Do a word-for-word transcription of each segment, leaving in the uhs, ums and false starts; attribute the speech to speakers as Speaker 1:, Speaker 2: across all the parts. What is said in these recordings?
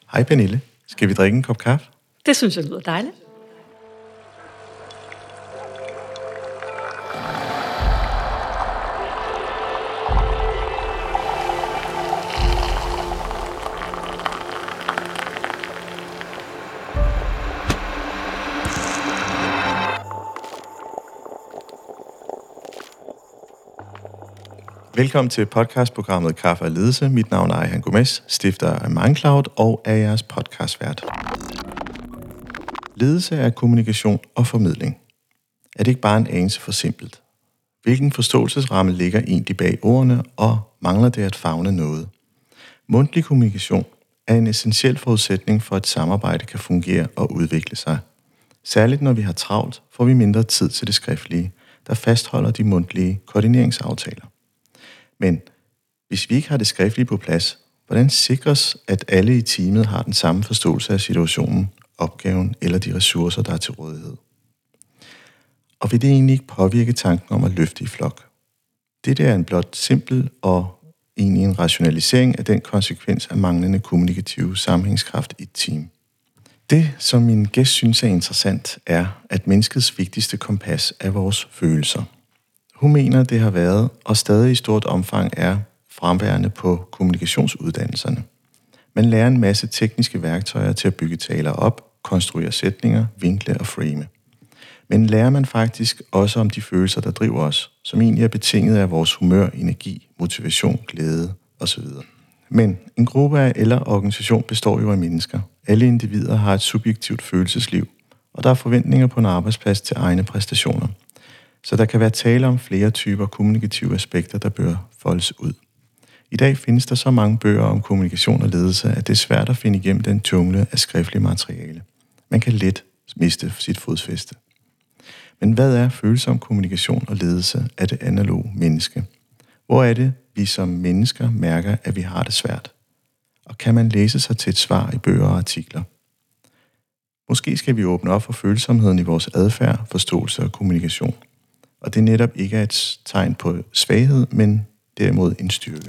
Speaker 1: Hej Pernille, skal vi drikke en kop kaffe?
Speaker 2: Det synes jeg lyder dejligt.
Speaker 1: Velkommen til podcastprogrammet Kaffe og Ledelse. Mit navn er Ejhan Gomes, stifter af Mindcloud og er jeres podcastvært. Ledelse er kommunikation og formidling. Er det ikke bare en anelse for simpelt? Hvilken forståelsesramme ligger egentlig bag ordene, og mangler det at favne noget? Mundtlig kommunikation er en essentiel forudsætning for, at samarbejde kan fungere og udvikle sig. Særligt når vi har travlt, får vi mindre tid til det skriftlige, der fastholder de mundtlige koordineringsaftaler. Men hvis vi ikke har det skriftlige på plads, hvordan sikres, at alle i teamet har den samme forståelse af situationen, opgaven eller de ressourcer, der er til rådighed? Og vil det egentlig ikke påvirke tanken om at løfte i flok? Det er en blot simpel og egentlig en rationalisering af den konsekvens af manglende kommunikativ sammenhængskraft i et team. Det, som min gæst synes er interessant, er, at menneskets vigtigste kompas er vores følelser. Hun mener, det har været og stadig i stort omfang er fremværende på kommunikationsuddannelserne. Man lærer en masse tekniske værktøjer til at bygge taler op, konstruere sætninger, vinkle og frame. Men lærer man faktisk også om de følelser, der driver os, som egentlig er betinget af vores humør, energi, motivation, glæde osv. Men en gruppe af eller organisation består jo af mennesker. Alle individer har et subjektivt følelsesliv, og der er forventninger på en arbejdsplads til egne præstationer. Så der kan være tale om flere typer kommunikative aspekter, der bør foldes ud. I dag findes der så mange bøger om kommunikation og ledelse, at det er svært at finde igennem den jungle af skriftlig materiale. Man kan let miste sit fodfæste. Men hvad er følsom kommunikation og ledelse af det analoge menneske? Hvor er det, vi som mennesker mærker, at vi har det svært? Og kan man læse sig til et svar i bøger og artikler? Måske skal vi åbne op for følsomheden i vores adfærd, forståelse og kommunikation. Og det netop ikke er et tegn på svaghed, men derimod en styrke.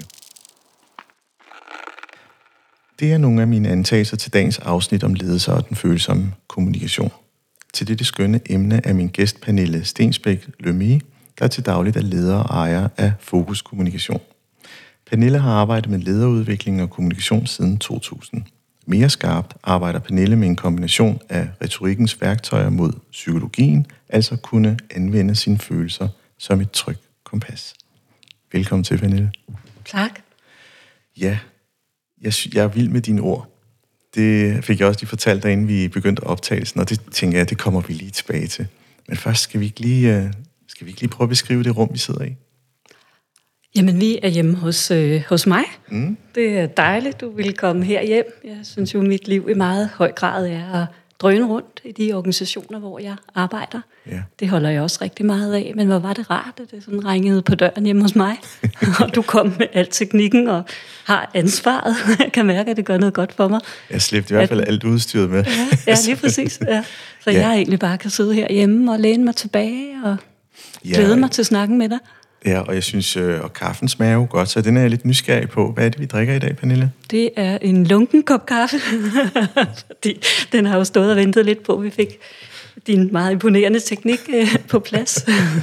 Speaker 1: Det er nogle af mine antagelser til dagens afsnit om ledelse og den følsomme kommunikation. Til dette skønne emne er min gæst Pernille Stensbæk Lemie, der til dagligt er leder og ejer af Fokus Kommunikation. Pernille har arbejdet med lederudvikling og kommunikation siden to tusind. Mere skarpt arbejder Pernille med en kombination af retorikkens værktøjer mod psykologien, altså kunne anvende sine følelser som et trygt kompas. Velkommen til, Pernille.
Speaker 2: Tak.
Speaker 1: Ja, jeg, jeg er vild med dine ord. Det fik jeg også lige fortalt dig, inden vi begyndte optagelsen, og det tænker jeg, det kommer vi lige tilbage til. Men først skal vi ikke lige, skal vi ikke lige prøve at beskrive det rum, vi sidder i?
Speaker 2: Jamen, vi er hjemme hos, øh, hos mig.
Speaker 1: Mm.
Speaker 2: Det er dejligt, du vil komme her hjem. Jeg synes jo, mit liv i meget høj grad er at drøne rundt i de organisationer, hvor jeg arbejder.
Speaker 1: Ja.
Speaker 2: Det holder jeg også rigtig meget af, men hvor var det rart, at det sådan ringede på døren hjemme hos mig. Og du kom med al teknikken og har ansvaret. Jeg kan mærke, at det gør noget godt for mig.
Speaker 1: Jeg slæbte i hvert fald at... alt udstyret med.
Speaker 2: Ja, ja lige præcis. Ja. Så ja. Jeg egentlig bare kan sidde herhjemme og læne mig tilbage og ja. glæde mig til snakken med dig.
Speaker 1: Ja, og jeg synes, og kaffen smager jo godt, så den er jeg lidt nysgerrig på. Hvad er det, vi drikker i dag, Pernille?
Speaker 2: Det er en lunken kop kaffe. Fordi den har jo stået og ventet lidt på, vi fik din meget imponerende teknik øh, på plads.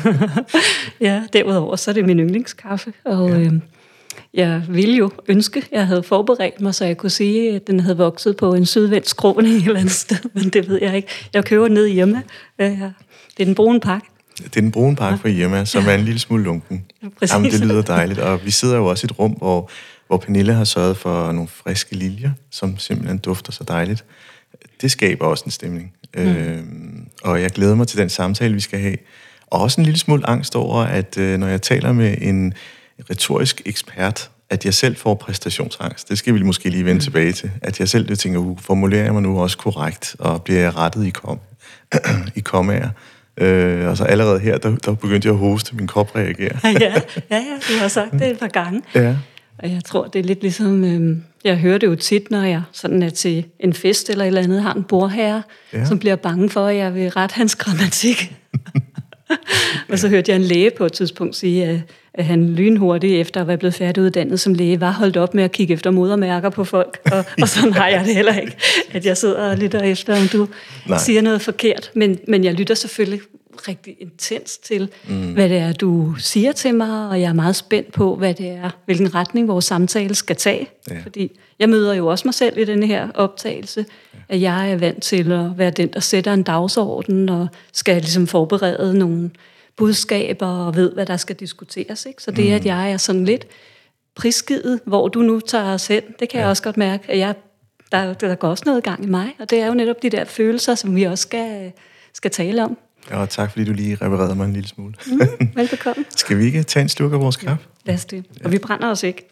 Speaker 2: Ja, derudover så er det min yndlingskaffe, og ja. øh, jeg ville jo ønske, at jeg havde forberedt mig, så jeg kunne sige, at den havde vokset på en sydvendt skråning et eller andet sted, men det ved jeg ikke. Jeg køber ned hjemme. Øh, det er den brune pakke.
Speaker 1: Det er den brune pakke fra Irma, som er en lille smule lunken.
Speaker 2: Præcis.
Speaker 1: Jamen, det lyder dejligt, og vi sidder jo også i et rum, hvor, hvor Pernille har sørget for nogle friske liljer, som simpelthen dufter så dejligt. Det skaber også en stemning. Mm. Øhm, og jeg glæder mig til den samtale, vi skal have. Og også en lille smule angst over, at øh, når jeg taler med en retorisk ekspert, at jeg selv får præstationsangst. Det skal vi måske lige vende mm. tilbage til. At jeg selv tænker, uh, formulerer jeg mig nu også korrekt, og bliver jeg rettet i, kom, i kommaer. Øh, og så allerede her, der, der begyndte jeg at hoste, min krop reagerer.
Speaker 2: ja, ja, ja, du har sagt det et par gange.
Speaker 1: Ja.
Speaker 2: Og jeg tror, det er lidt ligesom, øh, jeg hører det jo tit, når jeg sådan er til en fest eller et eller andet, har en bordherre, ja. som bliver bange for, at jeg vil rette hans grammatik. Og så hørte jeg en læge på et tidspunkt sige, at at han lynhurtigt efter at være blevet færdiguddannet som læge, var holdt op med at kigge efter modermærker på folk. Og, og sådan har jeg det heller ikke, at jeg sidder og lytter efter, om du Nej. siger noget forkert. Men, men jeg lytter selvfølgelig rigtig intens til, mm. hvad det er, du siger til mig, og jeg er meget spændt på, hvad det er, hvilken retning vores samtale skal tage. Ja. Fordi jeg møder jo også mig selv i denne her optagelse, ja. at jeg er vant til at være den, der sætter en dagsorden, og skal ligesom forberede nogle budskaber, og ved, hvad der skal diskuteres. Ikke? Så det, mm. at jeg er sådan lidt prisgivet, hvor du nu tager os hen, det kan ja. jeg også godt mærke, at jeg, der, der går også noget gang i mig, og det er jo netop de der følelser, som vi også skal, skal tale om.
Speaker 1: Ja, tak fordi du lige reparerede mig en lille smule.
Speaker 2: Mm, velbekomme.
Speaker 1: Skal vi ikke tage en slurk af vores kaffe?
Speaker 2: Ja, lad os det. Og vi brænder os ikke.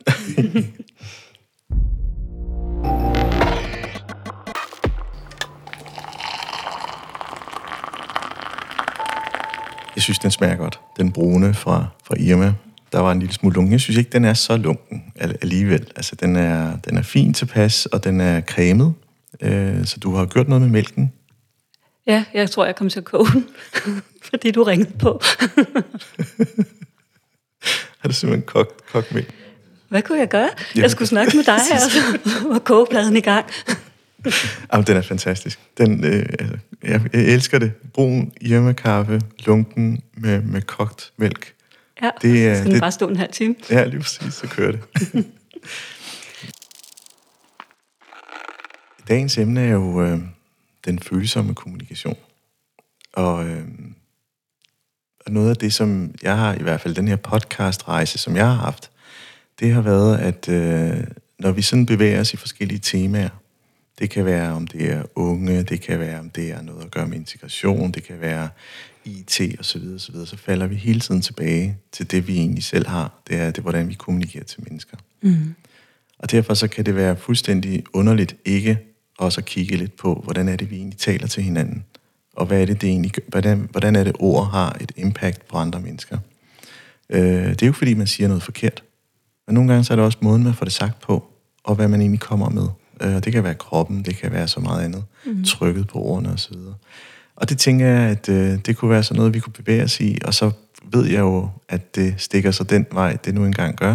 Speaker 1: Jeg synes, den smager godt. Den brune fra, fra Irma, der var en lille smule lunken. Jeg synes ikke, den er så lunken alligevel. Altså, den er, den er fin tilpas, og den er cremet. Øh, så du har gjort noget med mælken.
Speaker 2: Ja, jeg tror, jeg kom til at koge den, fordi du ringede på.
Speaker 1: Har du simpelthen kogt, kogt mælk?
Speaker 2: Hvad kunne jeg gøre? Jeg skulle snakke med dig her, og koge pladen i gang.
Speaker 1: Jamen, den er fantastisk. Den, øh, altså, jeg, jeg elsker det. Brun hjemmekaffe, lunken med, med kogt mælk.
Speaker 2: Ja, det, øh, så den det, bare stå en halv time.
Speaker 1: Ja, lige præcis, så kører det. Dagens emne er jo øh, den følsomme kommunikation. Og, øh, og noget af det, som jeg har, i hvert fald den her podcast-rejse, som jeg har haft, det har været, at øh, når vi sådan bevæger os i forskellige temaer, det kan være, om det er unge, det kan være, om det er noget at gøre med integration, det kan være I T og så videre, så videre, så falder vi hele tiden tilbage til det, vi egentlig selv har. Det er, det er hvordan vi kommunikerer til mennesker. Mm. Og derfor så kan det være fuldstændig underligt ikke også at kigge lidt på, hvordan er det, vi egentlig taler til hinanden, og hvad er det, det egentlig, hvordan, hvordan er det, ord har et impact på andre mennesker. Øh, det er jo fordi, man siger noget forkert, men nogle gange så er det også måden, man får det sagt på, og hvad man egentlig kommer med. Og det kan være kroppen, det kan være så meget andet. Mm. Trykket på ordene og så videre. Og det tænker jeg, at øh, det kunne være sådan noget, vi kunne bevæge os i. Og så ved jeg jo, at det stikker sig den vej, det nu engang gør.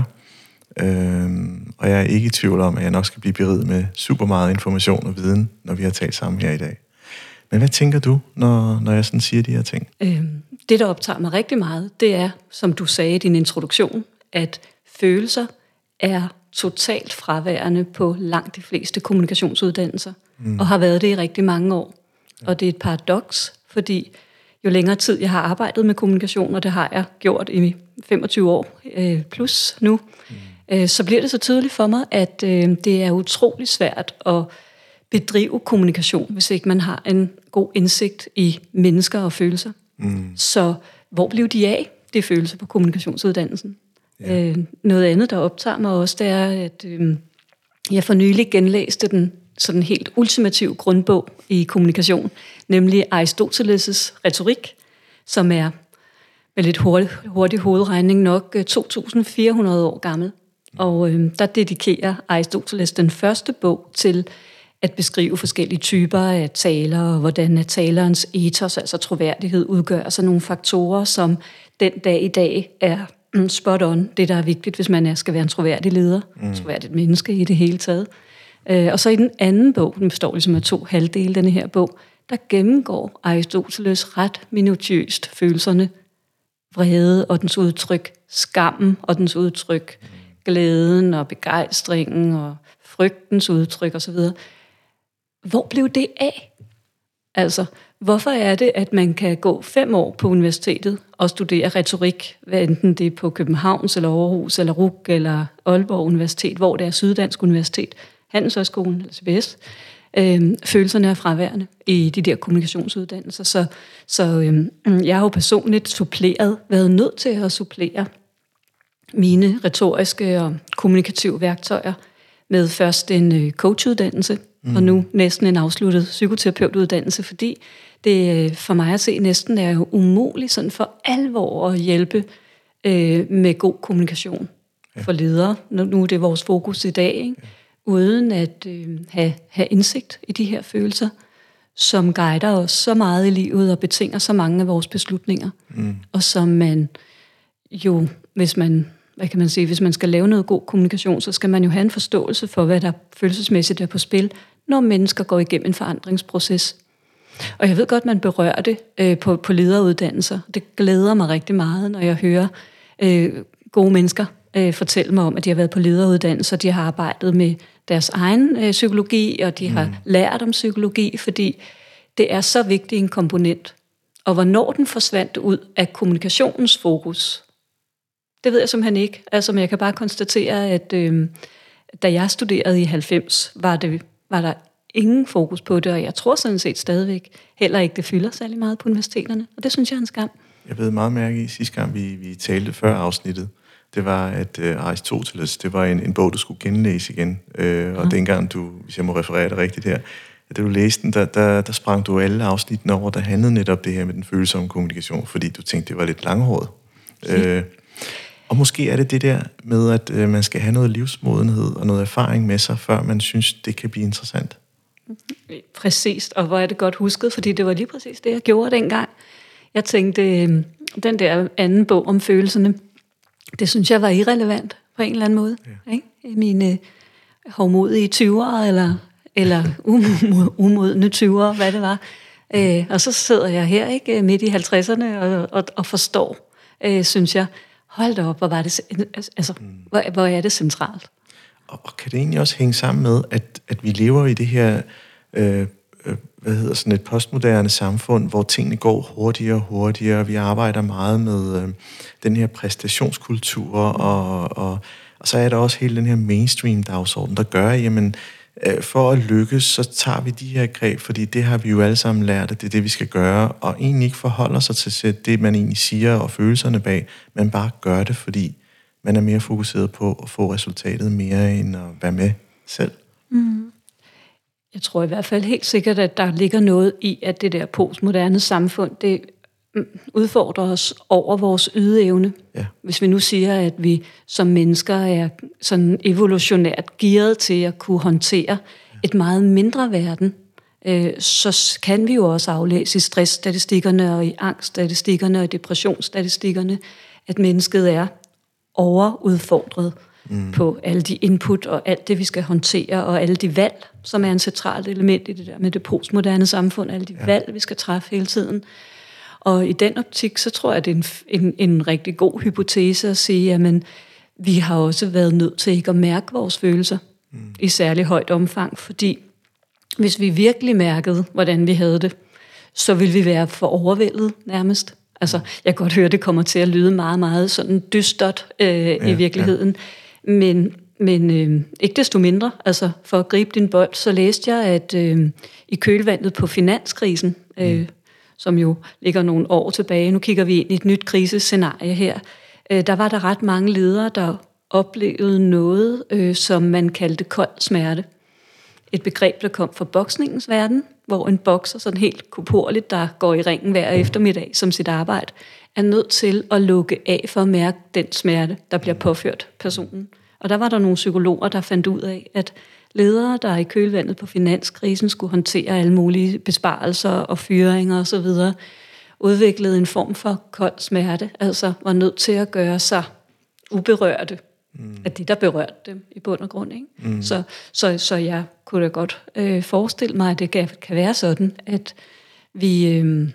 Speaker 1: Øhm, og jeg er ikke i tvivl om, at jeg nok skal blive beriget med super meget information og viden, når vi har talt sammen her i dag. Men hvad tænker du, når, når jeg sådan siger de her ting?
Speaker 2: Øhm, det, der optager mig rigtig meget, det er, som du sagde i din introduktion, at følelser er totalt fraværende på langt de fleste kommunikationsuddannelser, mm. og har været det i rigtig mange år. Ja. Og det er et paradoks, fordi jo længere tid jeg har arbejdet med kommunikation, og det har jeg gjort i femogtyve år øh, plus nu, mm. øh, så bliver det så tydeligt for mig, at øh, det er utrolig svært at bedrive kommunikation, hvis ikke man har en god indsigt i mennesker og følelser. Mm. Så hvor blev de af, de følelser på kommunikationsuddannelsen? Ja. Øh, noget andet, der optager mig også, det er, at øh, jeg for nylig genlæste den sådan helt ultimativ grundbog i kommunikation, nemlig Aristoteles' retorik, som er med lidt hurtig, hurtig hovedregning nok to tusind fire hundrede år gammel. Og øh, der dedikerer Aristoteles den første bog til at beskrive forskellige typer af taler, og hvordan talerens ethos, altså troværdighed, udgør altså nogle faktorer, som den dag i dag er spot on, det der er vigtigt, hvis man er, skal være en troværdig leder, mm. troværdigt menneske i det hele taget. Øh, og så i den anden bog, den består ligesom af to halvdele, denne her bog, der gennemgår Aristoteles ret minutiøst følelserne, vrede og dens udtryk, skammen og dens udtryk, mm. glæden og begejstringen og frygtens udtryk osv. Hvor blev det af? Altså, hvorfor er det, at man kan gå fem år på universitetet og studere retorik, hvad enten det er på Københavns eller Aarhus eller R U C eller Aalborg Universitet, hvor det er Syddansk Universitet, Handelshøjskolen eller C B S. Øhm, følelserne er fraværende i de der kommunikationsuddannelser. Så, så øhm, jeg har jo personligt suppleret, været nødt til at supplere mine retoriske og kommunikative værktøjer med først en øh, coachuddannelse, mm. og nu næsten en afsluttet psykoterapeutuddannelse, fordi det for mig at se næsten er jo umuligt sådan for alvor at hjælpe øh, med god kommunikation ja. for ledere. Nu, nu er det vores fokus i dag, ikke? Ja. Uden at øh, have, have indsigt i de her følelser, som guider os så meget i livet og betinger så mange af vores beslutninger, mm. og som man jo, hvis man, hvad kan man sige, hvis man skal lave noget god kommunikation, så skal man jo have en forståelse for, hvad der følelsesmæssigt er på spil, når mennesker går igennem en forandringsproces. Og jeg ved godt, man berører det øh, på, på lederuddannelser. Det glæder mig rigtig meget, når jeg hører øh, gode mennesker øh, fortælle mig om, at de har været på lederuddannelser, de har arbejdet med deres egen øh, psykologi, og de mm. har lært om psykologi, fordi det er så vigtig en komponent. Og hvornår den forsvandt ud af kommunikationens fokus, det ved jeg simpelthen ikke. Altså, men jeg kan bare konstatere, at øh, da jeg studerede i halvfems, var, det, var der ingen fokus på det, og jeg tror sådan set stadigvæk heller ikke, det fylder særlig meget på universiteterne. Og det synes jeg er en skam.
Speaker 1: Jeg ved meget mærke i sidste gang, vi, vi talte før afsnittet, det var, at øh, Aristoteles, det var en, en bog, du skulle genlæse igen. Øh, og ja. dengang du, hvis jeg må referere det rigtigt her, da du læste den, der, der, der sprang du alle afsnittene over, der handlede netop det her med den følsomme kommunikation, fordi du tænkte, det var lidt langhåret. Øh, og måske er det det der med, at øh, man skal have noget livsmodenhed og noget erfaring med sig, før man synes, det kan blive interessant.
Speaker 2: Præcis, og hvor er det godt husket, fordi det var lige præcis det, jeg gjorde dengang. Jeg tænkte, øh, den der anden bog om følelserne, det synes jeg var irrelevant på en eller anden måde. Ja. Ikke? I mine hovmodige tyvere, eller, eller umodne tyvere, hvad det var. Øh, og så sidder jeg her ikke midt i halvtredserne og, og, og forstår, øh, synes jeg, hold da op, hvor, var det, altså, mm. hvor, hvor er det centralt.
Speaker 1: Og, og kan det egentlig også hænge sammen med, at, at vi lever i det her øh, øh, hvad hedder sådan et postmoderne samfund, hvor tingene går hurtigere og hurtigere. Vi arbejder meget med øh, den her præstationskultur, og, og, og så er der også hele den her mainstream-dagsorden, der gør, jamen, øh, for at lykkes, så tager vi de her greb, fordi det har vi jo alle sammen lært, at det er det, vi skal gøre, og egentlig ikke forholder sig til det, man egentlig siger, og følelserne bag, men bare gør det, fordi man er mere fokuseret på at få resultatet mere, end at være med selv.
Speaker 2: Mm. Jeg tror i hvert fald helt sikkert, at der ligger noget i, at det der postmoderne samfund, det udfordrer os over vores ydeevne. Ja. Hvis vi nu siger, at vi som mennesker er sådan evolutionært gearet til at kunne håndtere et meget mindre verden, øh, så kan vi jo også aflæse i stressstatistikkerne og i angststatistikkerne og i depressionsstatistikkerne, at mennesket er overudfordret mm. på alle de input og alt det, vi skal håndtere, og alle de valg, som er en centralt element i det der med det postmoderne samfund, alle de ja. valg, vi skal træffe hele tiden. Og i den optik, så tror jeg, at det er en, en, en rigtig god hypotese at sige, at vi har også været nødt til ikke at mærke vores følelser mm. i særlig højt omfang, fordi hvis vi virkelig mærkede, hvordan vi havde det, så ville vi være for overvældet nærmest. Altså, jeg kan godt høre, at det kommer til at lyde meget, meget sådan dystert øh, ja, i virkeligheden. Ja. Men, men øh, ikke desto mindre, altså for at gribe din bold, så læste jeg, at øh, i kølvandet på finanskrisen, øh, mm. som jo ligger nogle år tilbage, nu kigger vi ind i et nyt krisescenarie her, øh, der var der ret mange ledere, der oplevede noget, øh, som man kaldte kold smerte. Et begreb, der kom fra boksningens verden, hvor en bokser, sådan helt korporligt, der går i ringen hver eftermiddag som sit arbejde, er nødt til at lukke af for at mærke den smerte, der bliver påført personen. Og der var der nogle psykologer, der fandt ud af, at ledere, der i kølvandet på finanskrisen skulle håndtere alle mulige besparelser og fyringer osv., udviklede en form for kold smerte, altså var nødt til at gøre sig uberørte. Mm. At det, der berørte dem i bund og grund. Ikke? Mm. Så, så, så jeg kunne da godt øh, forestille mig, at det kan, kan være sådan, at vi øh,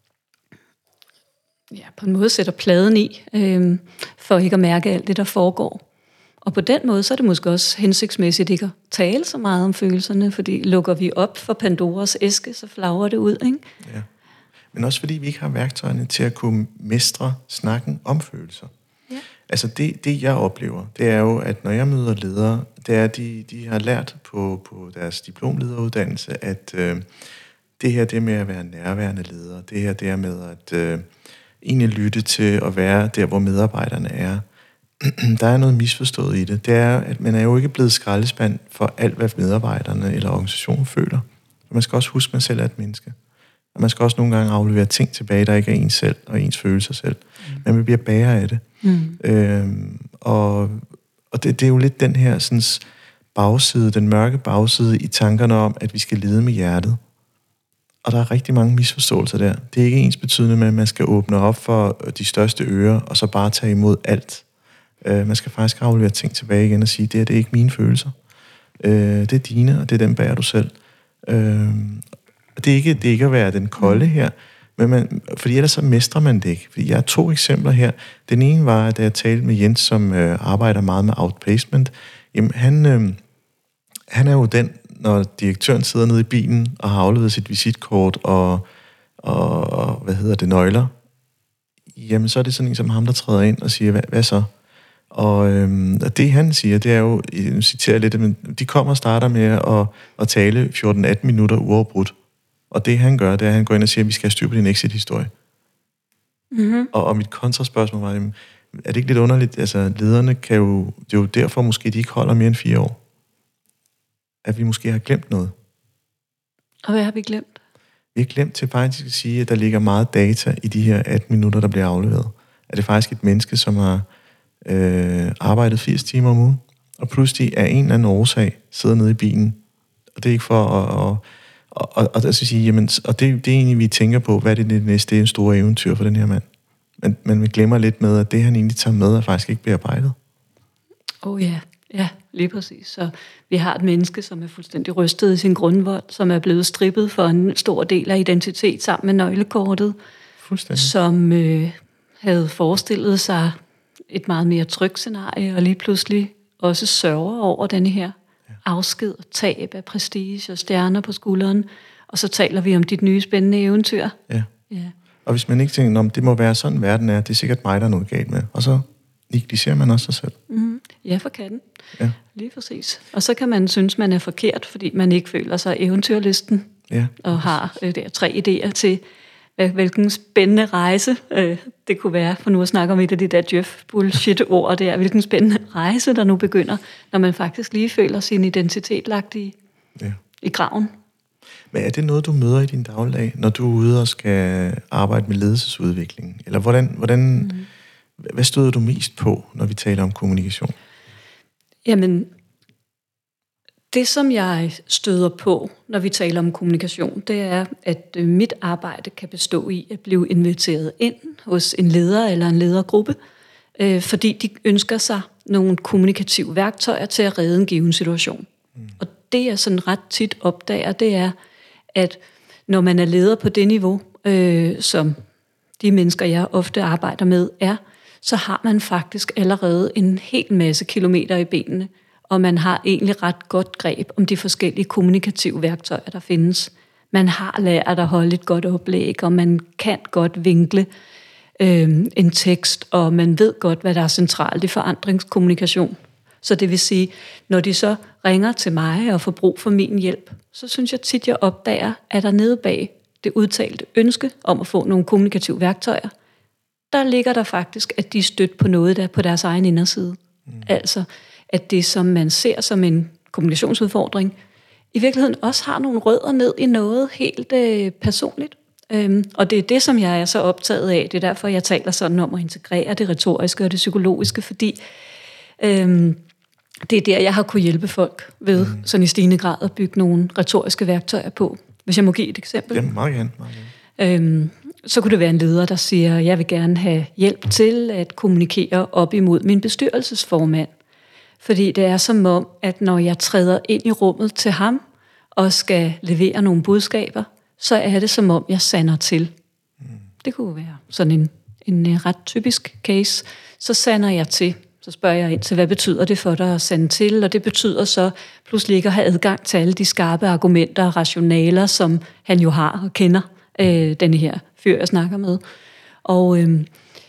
Speaker 2: ja, på en måde sætter pladen i, øh, for ikke at mærke alt det, der foregår. Og på den måde, så er det måske også hensigtsmæssigt ikke at tale så meget om følelserne, fordi lukker vi op for Pandoras æske, så flagrer det ud. Ikke?
Speaker 1: Ja. Men også fordi vi ikke har værktøjerne til at kunne mestre snakken om følelser. Ja. Altså det, det, jeg oplever, det er jo, at når jeg møder ledere, det er, at de, de har lært på, på deres diplomlederuddannelse, at øh, det her, det med at være nærværende leder, det her, det er med at øh, egentlig lytte til at være der, hvor medarbejderne er. Der er noget misforstået i det. Det er, at man er jo ikke blevet skraldespand for alt, hvad medarbejderne eller organisationen føler. Man skal også huske, at man selv er et menneske. Og man skal også nogle gange aflevere ting tilbage, der ikke er ens selv og ens følelser selv. Mm. Men man bliver bærer af det. Mm. Øhm, og og det, det er jo lidt den her sådan, bagside, den mørke bagside i tankerne om, at vi skal lede med hjertet. og der er rigtig mange misforståelser der. Det er ikke ens betydende med, at man skal åbne op for de største ører, og så bare tage imod alt. Øh, man skal faktisk aflevere ting tilbage igen og sige, det er det er ikke mine følelser. Øh, det er dine, og det er dem bærer du selv. Øh, det, er ikke, det er ikke at være den kolde her, men man, fordi ellers så mestrer man det ikke. Fordi jeg har to eksempler her. Den ene var, da jeg talte med Jens, som øh, arbejder meget med outplacement. Jamen, han, øh, han er jo den, når direktøren sidder nede i bilen og har afleveret sit visitkort og, og, og hvad hedder det, nøgler, jamen så er det sådan en som ham, der træder ind og siger, hvad, hvad så? Og, øhm, og det han siger, det er jo, nu citerer jeg lidt, men de kommer og starter med at, at tale fjorten atten minutter uafbrudt. Og det han gør, det er, at han går ind og siger, at vi skal have styr på din exit-historie. Mm-hmm. Og, og mit kontraspørgsmål var, jamen, er det ikke lidt underligt? Altså lederne kan jo, det er jo derfor måske, de ikke holder mere end fire år. At vi måske har glemt noget.
Speaker 2: Og hvad har vi glemt?
Speaker 1: Vi har glemt til faktisk at sige, at der ligger meget data i de her atten minutter, der bliver afleveret. Er det faktisk et menneske, som har øh, arbejdet firs timer om ugen, og pludselig af en eller anden årsag sidder nede i bilen. Og det er ikke for at... Og, og, og, og, altså sige, jamen, og det, det er egentlig, vi tænker på, hvad er det, det næste det er en store eventyr for den her mand. Men, men vi glemmer lidt med, at det, han egentlig tager med, er faktisk ikke bearbejdet.
Speaker 2: Åh oh, ja, ja, lige præcis. Så vi har et menneske, som er fuldstændig rystet i sin grundvold, som er blevet strippet for en stor del af identitet sammen med nøglekortet, som øh, havde forestillet sig et meget mere trygt scenarie, og lige pludselig også sørger over denne her ja. afsked og tab af prestige og stjerner på skulderen, og så taler vi om dit nye spændende eventyr.
Speaker 1: Ja. ja. Og hvis man ikke tænker, om det må være sådan, verden er, det er sikkert mig, der er noget galt med, og så negligerer man også sig selv.
Speaker 2: Mm, ja, for katten.
Speaker 1: Ja.
Speaker 2: Lige præcis. Og så kan man synes, man er forkert, fordi man ikke føler sig eventyrlisten,
Speaker 1: ja.
Speaker 2: og har øh, der tre idéer til, hvilken spændende rejse øh, det kunne være, for nu at snakke om et af de der Jeff-bullshit-ord der, hvilken spændende rejse, der nu begynder, når man faktisk lige føler sin identitet lagt i, ja. i graven.
Speaker 1: Men er det noget, du møder i din dagligdag, når du er ude og skal arbejde med ledelsesudvikling? Eller hvordan, hvordan, mm. hvad støder du mest på, når vi taler om kommunikation?
Speaker 2: Jamen, det som jeg støder på, når vi taler om kommunikation, det er, at mit arbejde kan bestå i at blive inviteret ind hos en leder eller en ledergruppe, øh, fordi de ønsker sig nogle kommunikative værktøjer til at redde en given situation. Mm. Og det jeg sådan ret tit opdager, det er, at når man er leder på det niveau, øh, som de mennesker, jeg ofte arbejder med, er, så har man faktisk allerede en hel masse kilometer i benene, og man har egentlig ret godt greb om de forskellige kommunikative værktøjer, der findes. Man har lært at holde et godt oplæg, og man kan godt vinkle øh, en tekst, og man ved godt, hvad der er centralt i forandringskommunikation. Så det vil sige, når de så ringer til mig og får brug for min hjælp, så synes jeg tit, jeg opdager, at der nede bag det udtalte ønske om at få nogle kommunikative værktøjer, der ligger der faktisk, at de er stødt på noget, der er på deres egen inderside. Mm. Altså, at det, som man ser som en kommunikationsudfordring, i virkeligheden også har nogle rødder ned i noget helt øh, personligt. Øhm, og det er det, som jeg er så optaget af. Det er derfor, jeg taler sådan om at integrere det retoriske og det psykologiske, fordi øhm, det er der, jeg har kunne hjælpe folk ved, mm. sådan i stigende grad at bygge nogle retoriske værktøjer på. Hvis jeg må give et eksempel.
Speaker 1: Jamen, meget gerne. Meget gerne.
Speaker 2: Øhm, så kunne det være en leder, der siger, jeg vil gerne have hjælp til at kommunikere op imod min bestyrelsesformand. Fordi det er som om, at når jeg træder ind i rummet til ham, og skal levere nogle budskaber, så er det som om, jeg sander til. Mm. Det kunne være sådan en, en ret typisk case. Så sander jeg til. Så spørger jeg ind til, hvad betyder det for dig at sande til? Og det betyder så pludselig ikke at have adgang til alle de skarpe argumenter og rationaler, som han jo har og kender, øh, denne her fyr, jeg snakker med. Og øh,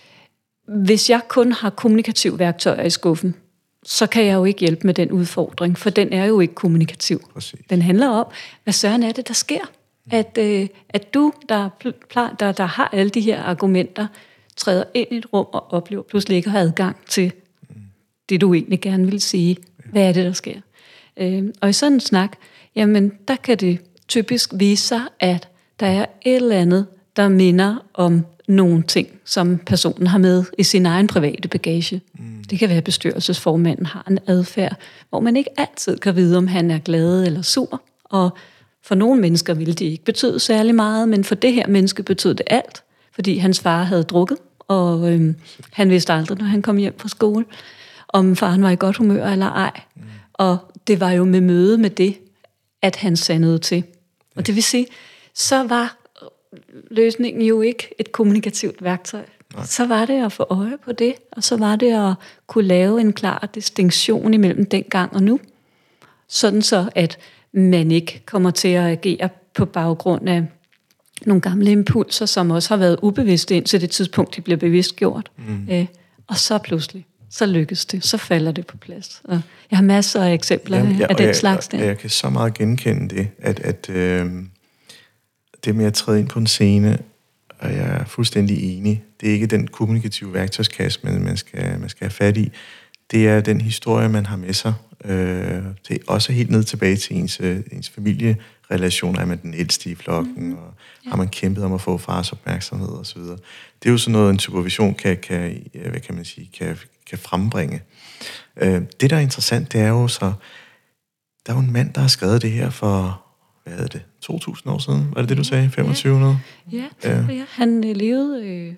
Speaker 2: hvis jeg kun har kommunikative værktøjer i skuffen, så kan jeg jo ikke hjælpe med den udfordring, for den er jo ikke kommunikativ.
Speaker 1: Præcis.
Speaker 2: Den handler om, hvad søren er det, der sker? At, øh, at du, der, der, der, der har alle de her argumenter, træder ind i et rum og oplever pludselig ikke at have adgang til mm. det, du egentlig gerne vil sige. Hvad er det, der sker? Øh, og i sådan en snak, jamen, der kan det typisk vise sig, at der er et eller andet, der minder om nogle ting, som personen har med i sin egen private bagage. Mm. Det kan være, at bestyrelsesformanden har en adfærd, hvor man ikke altid kan vide, om han er glad eller sur. Og For nogle mennesker ville det ikke betyde særlig meget, men for det her menneske betød det alt, fordi hans far havde drukket, og øhm, han vidste aldrig, når han kom hjem fra skole, om faren var i godt humør eller ej. Mm. Og det var jo med møde med det, at han sandede til. Og det vil sige, så var løsningen jo ikke et kommunikativt værktøj. Nej. Så var det at få øje på det, og så var det at kunne lave en klar distinktion imellem dengang og nu. Sådan så, at man ikke kommer til at agere på baggrund af nogle gamle impulser, som også har været ubevidste indtil det tidspunkt, de bliver bevidstgjort. Mm. Øh, og så pludselig, så lykkes det, så falder det på plads. Og jeg har masser af eksempler Jamen, ja, af den
Speaker 1: jeg,
Speaker 2: slags der.
Speaker 1: Jeg, jeg kan så meget genkende det, at, at øh, det med at træde ind på en scene, og jeg er fuldstændig enig, det er ikke den kommunikative værktøjskasse, man, man, skal, man skal have fat i. Det er den historie, man har med sig. Øh, det er også helt ned tilbage til ens, ens familierelationer. Er man den ældste i flokken, mm-hmm. og ja. Har man kæmpet om at få fars opmærksomhed osv. Det er jo sådan noget, en supervision kan, kan, hvad kan, man sige, kan, kan frembringe. Øh, det, der er interessant, det er jo så, der er jo en mand, der har skrevet det her for, hvad er det, to tusind år siden? Var det det, du sagde? femogtyve hundrede?
Speaker 2: Ja, ja. ja. Han levede øh,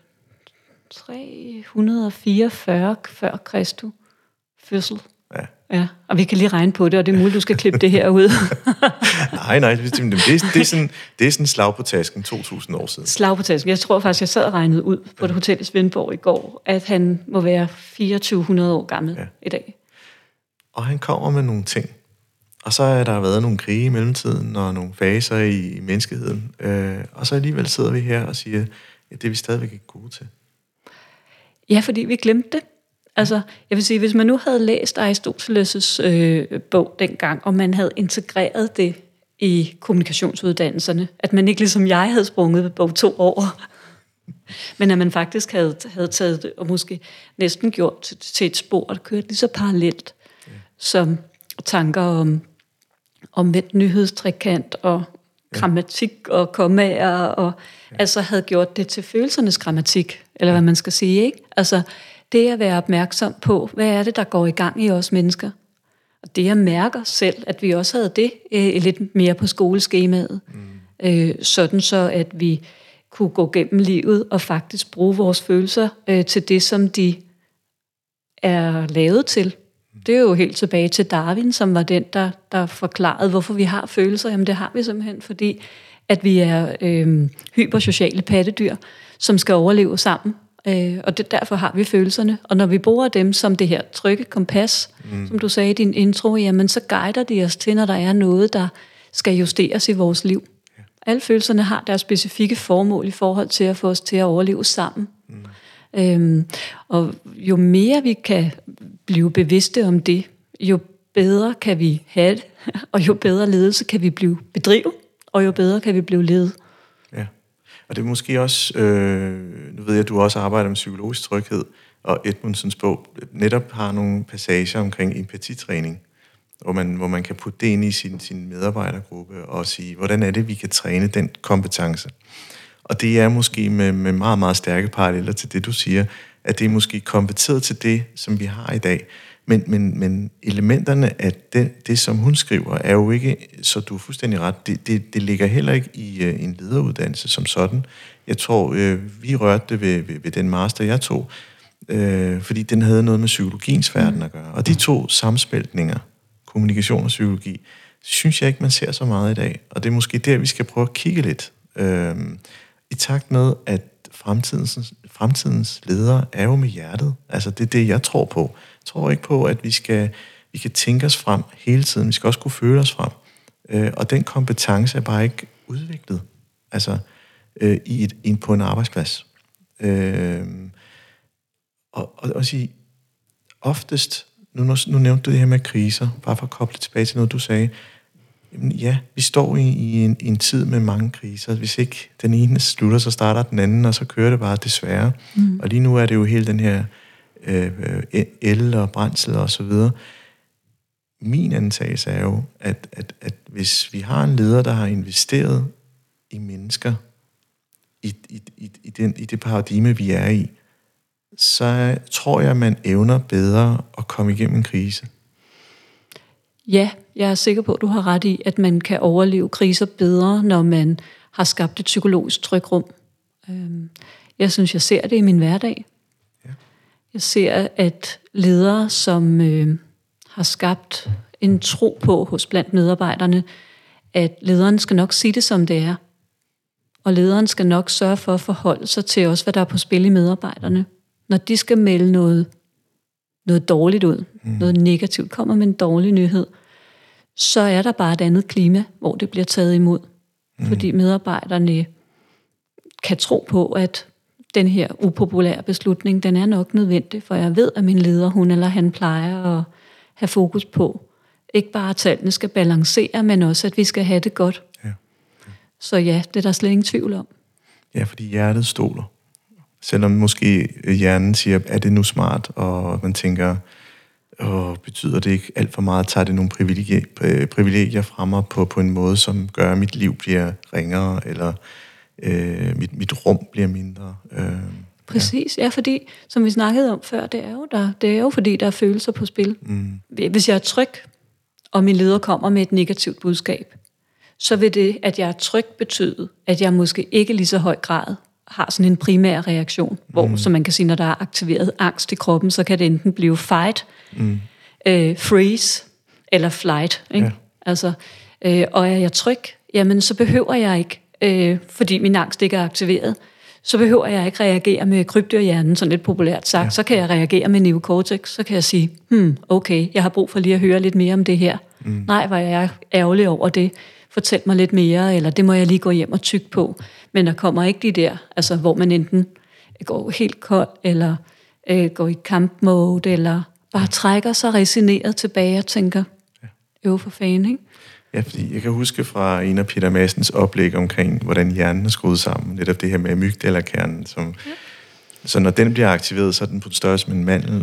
Speaker 2: tre hundrede og fireogfyrre før Kristus fødsel.
Speaker 1: Ja.
Speaker 2: Ja, og vi kan lige regne på det, og det er muligt, du skal klippe det her ud.
Speaker 1: nej, nej, det er, det, er sådan, det er sådan slag på tasken to tusind år siden.
Speaker 2: Slag på tasken. Jeg tror faktisk, jeg sad og regnede ud på det hotel i Svendborg i går, at han må være fireogtyve hundrede år gammel ja. I dag.
Speaker 1: Og han kommer med nogle ting. Og så har der været nogle krige i mellemtiden, og nogle faser i menneskeheden. Øh, og så alligevel sidder vi her og siger, at det er vi stadigvæk ikke gode til.
Speaker 2: Ja, fordi vi glemte det. Altså, jeg vil sige, hvis man nu havde læst Aristoteles' øh, bog dengang, og man havde integreret det i kommunikationsuddannelserne, at man ikke ligesom jeg havde sprunget ved bog to år, men at man faktisk havde, havde taget det, og måske næsten gjort til, til et spor, der kørte lige så parallelt, ja. Som tanker om omvendt nyhedstrikant og ja. Grammatik og kommaer, og ja. Altså havde gjort det til følelsernes grammatik, eller ja. Hvad man skal sige, ikke? Altså, det at være opmærksom på, hvad er det, der går i gang i os mennesker. Og det jeg mærker selv, at vi også havde det øh, lidt mere på skoleskemaet. Mm. Øh, sådan så, at vi kunne gå gennem livet og faktisk bruge vores følelser øh, til det, som de er lavet til. Det er jo helt tilbage til Darwin, som var den, der, der forklarede, hvorfor vi har følelser. Jamen det har vi simpelthen, fordi at vi er øh, hypersociale pattedyr, som skal overleve sammen. Øh, og det, derfor har vi følelserne. Og når vi bruger dem som det her trygge kompas, mm. som du sagde i din intro, jamen så guider de os til, når der er noget, der skal justeres i vores liv. Ja. Alle følelserne har deres specifikke formål i forhold til at få os til at overleve sammen. Mm. Øhm, og jo mere vi kan blive bevidste om det, jo bedre kan vi have det, og jo bedre ledelse kan vi blive bedrive, og jo bedre kan vi blive ledet.
Speaker 1: Ja. Og det er måske også, øh, nu ved jeg, at du også arbejder med psykologisk tryghed, og Edmundsens bog netop har nogle passager omkring empatitræning, hvor man, hvor man kan putte det ind i sin, sin medarbejdergruppe og sige, hvordan er det, vi kan træne den kompetence. Og det er måske med, med meget, meget stærke paralleller til det, du siger, at det er måske kompeteret til det, som vi har i dag. Men, men, men elementerne af det, det, som hun skriver, er jo ikke, så du er fuldstændig ret, det, det, det ligger heller ikke i uh, en lederuddannelse som sådan. Jeg tror, uh, vi rørte det ved, ved, ved den master, jeg tog, uh, fordi den havde noget med psykologiens verden at gøre. Og de to samspæltninger, kommunikation og psykologi, synes jeg ikke, man ser så meget i dag. Og det er måske der, vi skal prøve at kigge lidt. Uh, I takt med, at fremtidens, fremtidens ledere er jo med hjertet. Altså det er det, jeg tror på. Jeg tror ikke på, at vi skal vi kan tænke os frem hele tiden. Vi skal også kunne føle os frem. Øh, og den kompetence er bare ikke udviklet. Altså øh, i et, in, på en arbejdsplads. Øh, og, og, og sige, oftest, nu, nu, nu nævnte du det her med kriser, bare for at koble tilbage til noget, du sagde. Jamen, ja, vi står i, i, en, i en tid med mange kriser. Hvis ikke den ene slutter, så starter den anden, og så kører det bare desværre. Mm. Og lige nu er det jo hele den her øh, el og brændsel og så videre. Min antagelse er jo, at, at, at hvis vi har en leder, der har investeret i mennesker, i, i, i, i, den, i det paradigme, vi er i, så tror jeg, man evner bedre at komme igennem en krise.
Speaker 2: Ja, jeg er sikker på, at du har ret i, at man kan overleve kriser bedre, når man har skabt et psykologisk trygrum. Jeg synes, jeg ser det i min hverdag. Ja. Jeg ser, at ledere, som øh, har skabt en tro på hos blandt medarbejderne, at lederen skal nok sige det, som det er. Og lederen skal nok sørge for at forholde sig til også, hvad der er på spil i medarbejderne. Når de skal melde noget, noget dårligt ud, mm. noget negativt, kommer med en dårlig nyhed, så er der bare et andet klima, hvor det bliver taget imod. Mm. Fordi medarbejderne kan tro på, at den her upopulære beslutning, den er nok nødvendig, for jeg ved, at min leder, hun eller han, plejer at have fokus på. Ikke bare, at tallene skal balancere, men også, at vi skal have det godt. Ja. Ja. Så ja, det er der slet ingen tvivl om.
Speaker 1: Ja, fordi hjertet stoler. Selvom måske hjernen siger, er det nu smart, og man tænker, åh, betyder det ikke alt for meget, tager det nogle privilegier, privilegier fra mig på, på en måde, som gør, at mit liv bliver ringere, eller øh, mit, mit rum bliver mindre. Øh,
Speaker 2: Præcis, ja. ja, fordi, som vi snakkede om før, det er jo, der, det er jo fordi, der er følelser på spil. Mm. Hvis jeg er tryg, og min leder kommer med et negativt budskab, så vil det, at jeg er tryg, betyde, at jeg måske ikke lige så høj grad har sådan en primær reaktion, hvor, mm. som man kan sige, når der er aktiveret angst i kroppen, så kan det enten blive fight, mm. øh, freeze eller flight. Ikke? Ja. Altså, øh, og er jeg tryg, jamen så behøver jeg ikke, øh, fordi min angst ikke er aktiveret, så behøver jeg ikke reagere med krybdyrhjernen, sådan lidt populært sagt. Ja. Så kan jeg reagere med neocortex, så kan jeg sige, hmm, okay, jeg har brug for lige at høre lidt mere om det her. Mm. Nej, hvor jeg er ærgerlig over det. Fortæl mig lidt mere, eller det må jeg lige gå hjem og tygge på. Men der kommer ikke de der, altså hvor man enten går helt kold, eller øh, går i kampmode, eller bare trækker sig resigneret tilbage og tænker, øv for fanden, ikke?
Speaker 1: Ja, fordi jeg kan huske fra en af Peter Madsens oplæg omkring, hvordan hjernen er skruet sammen. Netop det her med amygdala-kernen, som... Ja. Så når den bliver aktiveret, så er den på størrelse med en mandel,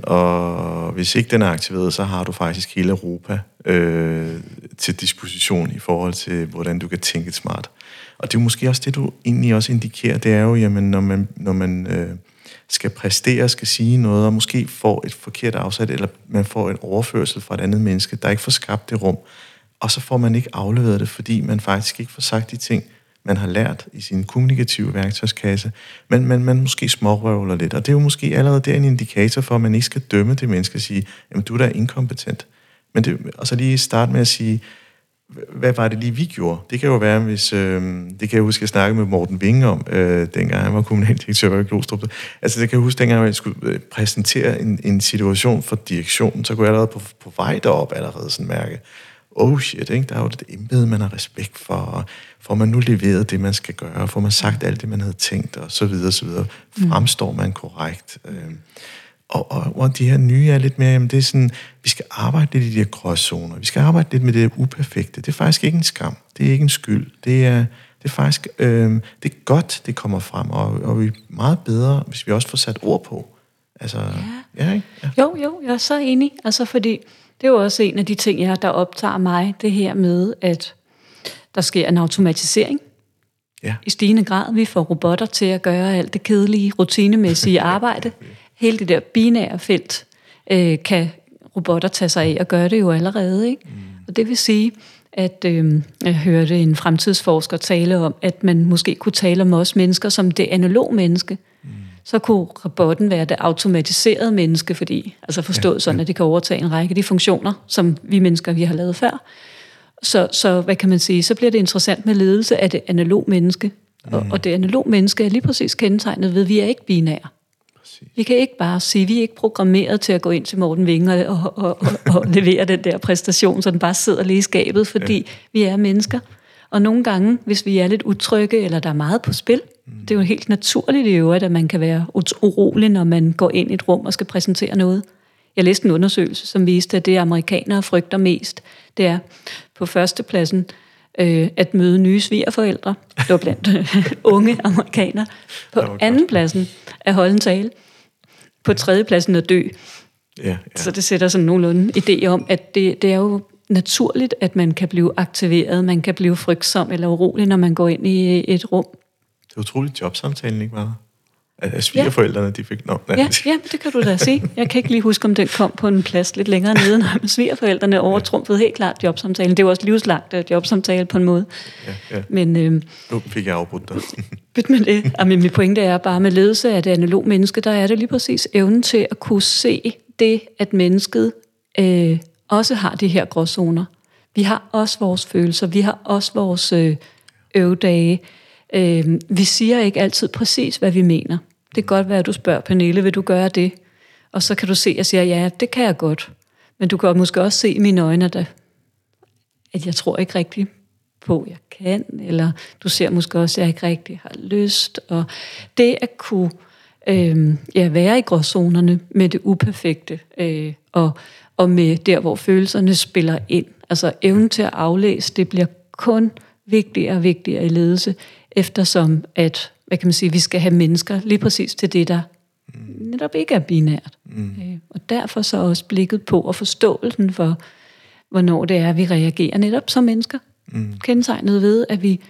Speaker 1: og hvis ikke den er aktiveret, så har du faktisk hele Europa øh, til disposition i forhold til, hvordan du kan tænke smart. Og det er jo måske også det, du egentlig også indikerer, det er jo, jamen, når man, når man øh, skal præstere, skal sige noget, og måske får et forkert afsat, eller man får en overførsel fra et andet menneske, der ikke får skabt det rum, og så får man ikke afleveret det, fordi man faktisk ikke får sagt de ting, man har lært i sin kommunikative værktøjskasse, men man, man måske smårøvler lidt. Og det er jo måske allerede der en indikator for, at man ikke skal dømme det menneske og sige, jamen du er da inkompetent. Men det, og så lige starte med at sige, hvad var det lige, vi gjorde? Det kan jo være, hvis... Øh, det kan jeg huske, at jeg snakkede med Morten Winge om, øh, dengang han var kommunaldirektør i Glostrup. Altså det kan jeg huske, dengang jeg skulle præsentere en, en situation for direktionen, så kunne jeg allerede på, på vej derop allerede sådan mærke, oh shit, ikke? Der er jo det embede, man har respekt for, og får man nu leveret det, man skal gøre, får man sagt alt det, man havde tænkt, og så videre, så videre. Fremstår man korrekt? Øh, og, og, og de her nye er lidt mere, jamen det er sådan, vi skal arbejde lidt i de her gråzoner, vi skal arbejde lidt med det uperfekte. Det er faktisk ikke en skam, det er ikke en skyld, det er, det er faktisk, øh, det er godt, det kommer frem, og, og vi er meget bedre, hvis vi også får sat ord på. Altså, ja. Ja, ikke? Ja.
Speaker 2: Jo, jo, jeg er så enig, altså fordi det er jo også en af de ting, der optager mig, det her med, at der sker en automatisering ja. i stigende grad. Vi får robotter til at gøre alt det kedelige, rutinemæssige arbejde. Hele det der binære felt øh, kan robotter tage sig af og gøre det jo allerede. Ikke? Mm. Og det vil sige, at øh, jeg hørte en fremtidsforsker tale om, at man måske kunne tale om os mennesker som det analog menneske. Mm. Så kunne robotten være det automatiserede menneske, fordi, altså forstået ja, sådan, ja. at det kan overtage en række af de funktioner, som vi mennesker vi har lavet før. Så, så hvad kan man sige, så bliver det interessant med ledelse af det analog menneske. Mm. Og, og det analog menneske er lige præcis kendetegnet ved, at vi er ikke binære. Præcis. Vi kan ikke bare sige, at vi er ikke programmeret til at gå ind til Morten Winge og, og, og, og, og levere den der præstation, så den bare sidder lige i skabet, fordi ja. vi er mennesker. Og nogle gange, hvis vi er lidt utrygge, eller der er meget på spil, mm. det er jo helt naturligt i øvrigt, at man kan være urolig, når man går ind i et rum og skal præsentere noget. Jeg læste en undersøgelse, som viste, at det amerikanere frygter mest, det er på førstepladsen øh, at møde nye svigerforældre. Det var blandt unge amerikanere. På andenpladsen at holde en tale. På tredjepladsen at dø.
Speaker 1: Ja, ja.
Speaker 2: Så det sætter sådan nogenlunde idé om, at det, det er jo naturligt, at man kan blive aktiveret, man kan blive frygtsom eller urolig, når man går ind i et rum.
Speaker 1: Det er utroligt, jobsamtalen ikke var der. At svigerforældrene, de fik... Nå,
Speaker 2: ja, ja, det kan du da se. Jeg kan ikke lige huske, om den kom på en plads lidt længere nede. Nej, men svigerforældrene overtrumfede helt klart jobsamtalen. Det var også livslagt jobsamtale på en måde.
Speaker 1: Ja, ja.
Speaker 2: Men, øhm,
Speaker 1: nu fik jeg afbrudt dig.
Speaker 2: Byt med det. Jamen, min pointe er bare, med ledelse af det analog menneske, der er det lige præcis evnen til at kunne se det, at mennesket øh, også har de her gråzoner. Vi har også vores følelser, vi har også vores øh, øvedage. Øh, vi siger ikke altid præcis, hvad vi mener. Det kan godt være, at du spørger, Pernille, vil du gøre det? Og så kan du se, at jeg siger, ja, det kan jeg godt. Men du kan måske også se i mine øjne, at, at jeg tror ikke rigtigt på, at jeg kan. Eller du ser måske også, at jeg ikke rigtig har lyst. Og det at kunne øh, ja, være i gråzonerne med det uperfekte, øh, og, og med der, hvor følelserne spiller ind. Altså evnen til at aflæse, det bliver kun vigtigere og vigtigere i ledelse, eftersom at, hvad kan man sige, vi skal have mennesker lige præcis til det, der mm. netop ikke er binært. Mm. Øh, og derfor så også blikket på og forståelsen for, hvornår det er, vi reagerer netop som mennesker. Mm. Kendetegnet ved, at vi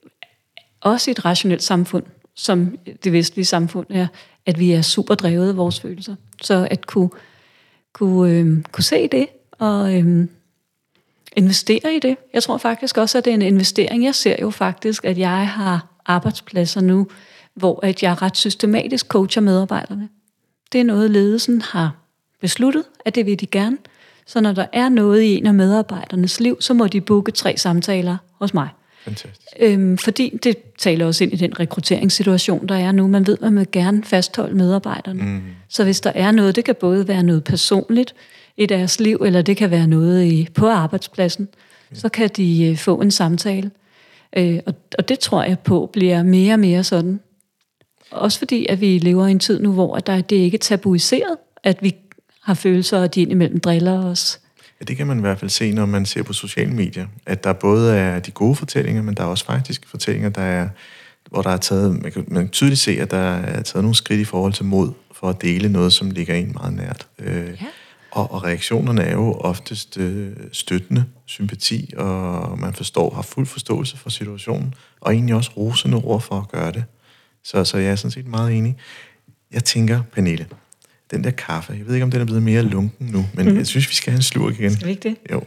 Speaker 2: også i et rationelt samfund, som det vestlige samfund er, at vi er super drevet af vores følelser. Så at kunne, kunne, øh, kunne se det og øh, investere i det. Jeg tror faktisk også, at det er en investering. Jeg ser jo faktisk, at jeg har arbejdspladser nu, hvor at jeg ret systematisk coacher medarbejderne. Det er noget, ledelsen har besluttet, at det vil de gerne. Så når der er noget i en af medarbejdernes liv, så må de booke tre samtaler hos mig.
Speaker 1: Fantastisk.
Speaker 2: Øhm, fordi det taler også ind i den rekrutteringssituation, der er nu. Man ved, at man gerne fastholde medarbejderne. Mm. Så hvis der er noget, det kan både være noget personligt i deres liv, eller det kan være noget i, på arbejdspladsen, ja. Så kan de øh, få en samtale. Øh, og, og det tror jeg på bliver mere og mere sådan. Også fordi, at vi lever i en tid nu, hvor der, det ikke er tabuiseret, at vi har følelser, og de indimellem driller os.
Speaker 1: Ja, det kan man i hvert fald se, når man ser på sociale medier, at der både er de gode fortællinger, men der er også faktisk fortællinger, der er, hvor der er taget, man kan, man kan tydeligt se, at der er taget nogle skridt i forhold til mod for at dele noget, som ligger en meget nært. Øh, ja. og, og reaktionerne er jo oftest øh, støttende, sympati, og man forstår, har fuld forståelse for situationen, og egentlig også rosende ord for at gøre det. Så, så jeg er sådan set meget enig. Jeg tænker, Pernille, den der kaffe, jeg ved ikke, om den er blevet mere lunken nu, men mm. jeg synes, vi skal have en slurk igen.
Speaker 2: Skal vi ikke det?
Speaker 1: Jo.